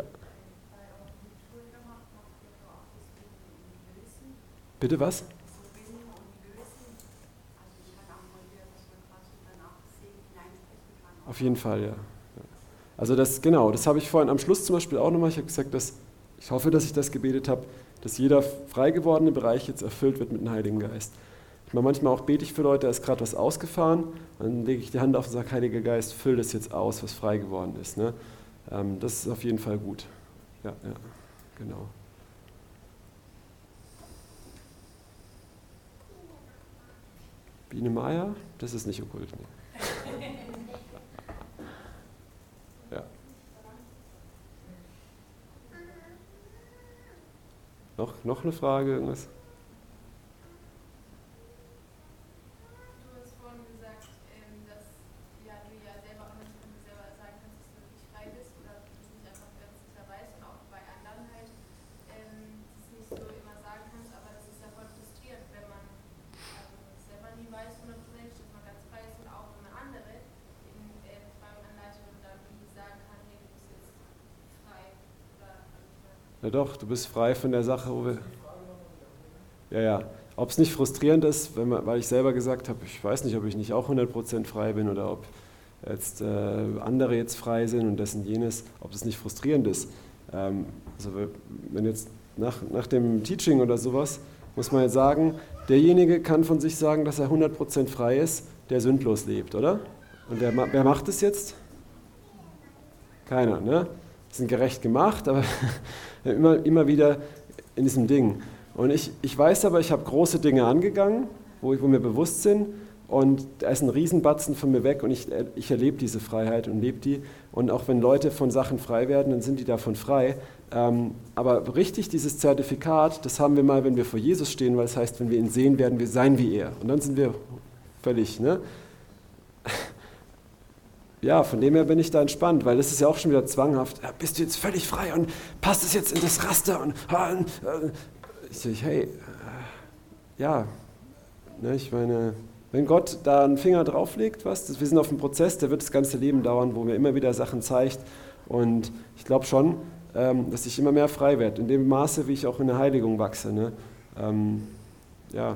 Bitte was? Auf jeden Fall, ja. Also das, genau, das habe ich vorhin am Schluss zum Beispiel auch nochmal, ich habe gesagt, dass ich hoffe, dass ich das gebetet habe, dass jeder frei gewordene Bereich jetzt erfüllt wird mit dem Heiligen Geist. Ich meine, manchmal auch bete ich für Leute, da ist gerade was ausgefahren, dann lege ich die Hand auf und sage, Heiliger Geist, füll das jetzt aus, was frei geworden ist. Ne? Ähm, das ist auf jeden Fall gut. Ja, ja, genau. Biene Maya, das ist nicht okkult. Ne? Ja. Noch, noch eine Frage, irgendwas? Du hast vorhin gesagt, ähm, dass ja, du ja selber auch nicht von dir selber sagen kannst, dass du wirklich frei bist oder du es nicht einfach ganz sicher weißt und auch bei anderen halt ähm, es nicht so immer sagen kannst, aber das ist ja voll frustrierend, wenn man also selber nie weiß, hundertprozentig, dass man ganz frei ist und auch wenn man andere in äh, Befreiung anleitet und dann nie sagen kann, hey, du bist jetzt frei oder also, Ja doch, du bist frei von der Sache, wo wir... Ja, ja. Ob es nicht frustrierend ist, wenn man, weil ich selber gesagt habe, ich weiß nicht, ob ich nicht auch hundert Prozent frei bin oder ob jetzt äh, andere jetzt frei sind und das und jenes, ob es nicht frustrierend ist. Ähm, also wenn jetzt nach, nach dem Teaching oder sowas, muss man jetzt sagen, derjenige kann von sich sagen, dass er hundert Prozent frei ist, der sündlos lebt, oder? Und der, wer macht es jetzt? Keiner, ne? Die sind gerecht gemacht, aber immer, immer wieder in diesem Ding. Und ich, ich weiß aber, ich habe große Dinge angegangen, wo, wo mir bewusst sind und da ist ein Riesenbatzen von mir weg und ich, ich erlebe diese Freiheit und lebe die. Und auch wenn Leute von Sachen frei werden, dann sind die davon frei. Ähm, aber richtig dieses Zertifikat, das haben wir mal, wenn wir vor Jesus stehen, weil es heißt, wenn wir ihn sehen, werden wir sein wie er. Und dann sind wir völlig, ne? Ja, von dem her bin ich da entspannt, weil das ist ja auch schon wieder zwanghaft. Ja, bist du jetzt völlig frei und passt es jetzt in das Raster? Und, und äh, ich sage, hey, äh, ja, ne, ich meine, wenn Gott da einen Finger drauflegt, was, das, wir sind auf einem Prozess, der wird das ganze Leben dauern, wo mir immer wieder Sachen zeigt. Und ich glaube schon, ähm, dass ich immer mehr frei werde, in dem Maße, wie ich auch in der Heiligung wachse. Ne? Ähm, ja,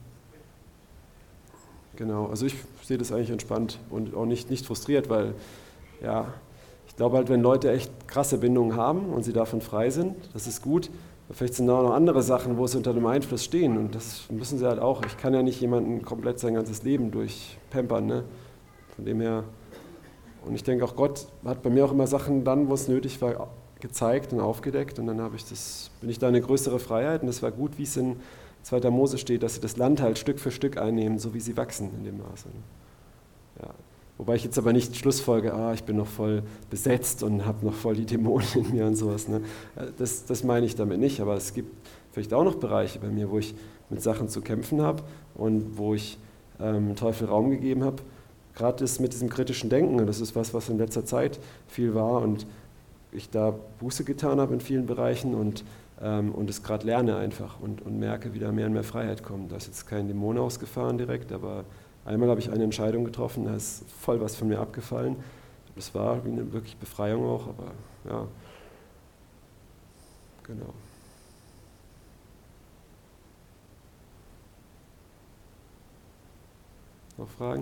genau. Also ich sehe das eigentlich entspannt und auch nicht, nicht frustriert, weil ja, ich glaube halt, wenn Leute echt krasse Bindungen haben und sie davon frei sind, das ist gut. Vielleicht sind da auch noch andere Sachen, wo sie unter dem Einfluss stehen und das müssen sie halt auch. Ich kann ja nicht jemanden komplett sein ganzes Leben durchpampern, ne? Von dem her. Und ich denke auch, Gott hat bei mir auch immer Sachen dann, wo es nötig war, gezeigt und aufgedeckt und dann habe ich das, bin ich da eine größere Freiheit und das war gut, wie es in zweiter Mose steht, dass sie das Land halt Stück für Stück einnehmen, so wie sie wachsen in dem Maße. Ja. Wobei ich jetzt aber nicht schlussfolge, ah, ich bin noch voll besetzt und habe noch voll die Dämonen in mir und sowas. Ne? Das, das meine ich damit nicht, aber es gibt vielleicht auch noch Bereiche bei mir, wo ich mit Sachen zu kämpfen habe und wo ich ähm, Teufel Raum gegeben habe. Gerade das mit diesem kritischen Denken, das ist was, was in letzter Zeit viel war und ich da Buße getan habe in vielen Bereichen und, ähm, und es gerade lerne einfach und, und merke, wie da mehr und mehr Freiheit kommt. Da ist jetzt kein Dämon ausgefahren direkt, aber einmal habe ich eine Entscheidung getroffen, da ist voll was von mir abgefallen. Das war wie eine wirklich Befreiung auch, aber ja, genau. Noch Fragen?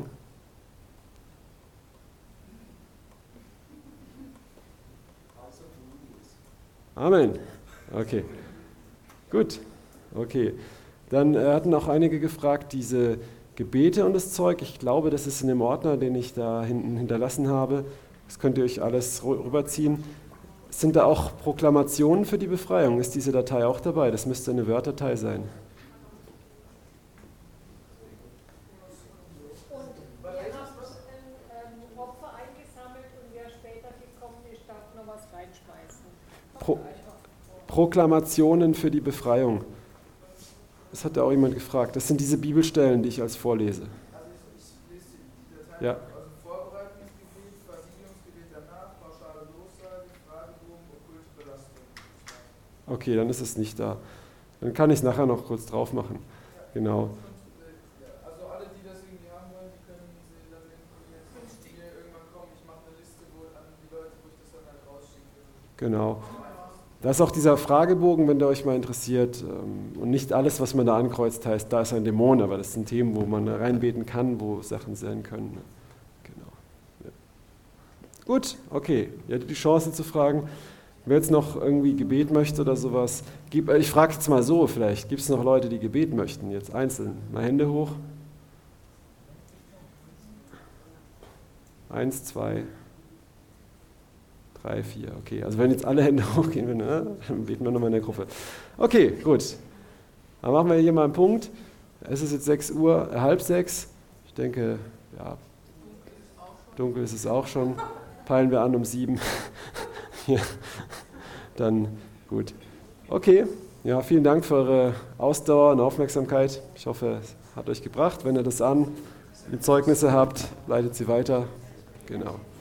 Amen. Okay. Gut. Okay. Dann äh, hatten auch einige gefragt, diese Gebete und das Zeug. Ich glaube, das ist in dem Ordner, den ich da hinten hinterlassen habe. Das könnt ihr euch alles rüberziehen. Sind da auch Proklamationen für die Befreiung? Ist diese Datei auch dabei? Das müsste eine Word-Datei sein. Und ihr habt ein ähm, Opfer eingesammelt und wer später gekommen ist, darf noch was reinschmeißen. Pro Proklamationen für die Befreiung. Das hat ja auch jemand gefragt. Das sind diese Bibelstellen, die ich als vorlese. Also ich, ich lese die Datei, Ja. also Vorbereitungsgebet, Versicherungsgebet danach, pauschale Lossage, Fragebogen, okkulte Belastung. Okay, dann ist es nicht da. Dann kann ich es nachher noch kurz drauf machen. Genau. Und, äh, ja, also alle, die das irgendwie haben wollen, die können sie dann jetzt die hier irgendwann kommen. Ich mache eine Liste wo, an die Leute, wo ich das dann halt rausschicke. Genau. Da ist auch dieser Fragebogen, wenn der euch mal interessiert. Und nicht alles, was man da ankreuzt, heißt, da ist ein Dämon, aber das sind Themen, wo man da reinbeten kann, wo Sachen sein können. Genau. Ja. Gut, okay. Ihr hattet die Chance zu fragen. Wer jetzt noch irgendwie Gebet möchte oder sowas, ich frage jetzt mal so vielleicht, gibt es noch Leute, die Gebet möchten, jetzt einzeln? Mal Hände hoch. Eins, zwei, drei, vier, okay. Also wenn jetzt alle Hände hochgehen, dann beten wir nochmal in der Gruppe. Okay, gut. Dann machen wir hier mal einen Punkt. Es ist jetzt sechs Uhr, äh, halb sechs. Ich denke, ja, dunkel ist es auch schon. Peilen wir an um sieben. Ja, dann gut. Okay, ja, vielen Dank für eure Ausdauer und Aufmerksamkeit. Ich hoffe, es hat euch gebracht. Wenn ihr das an, die Zeugnisse habt, leitet sie weiter. Genau.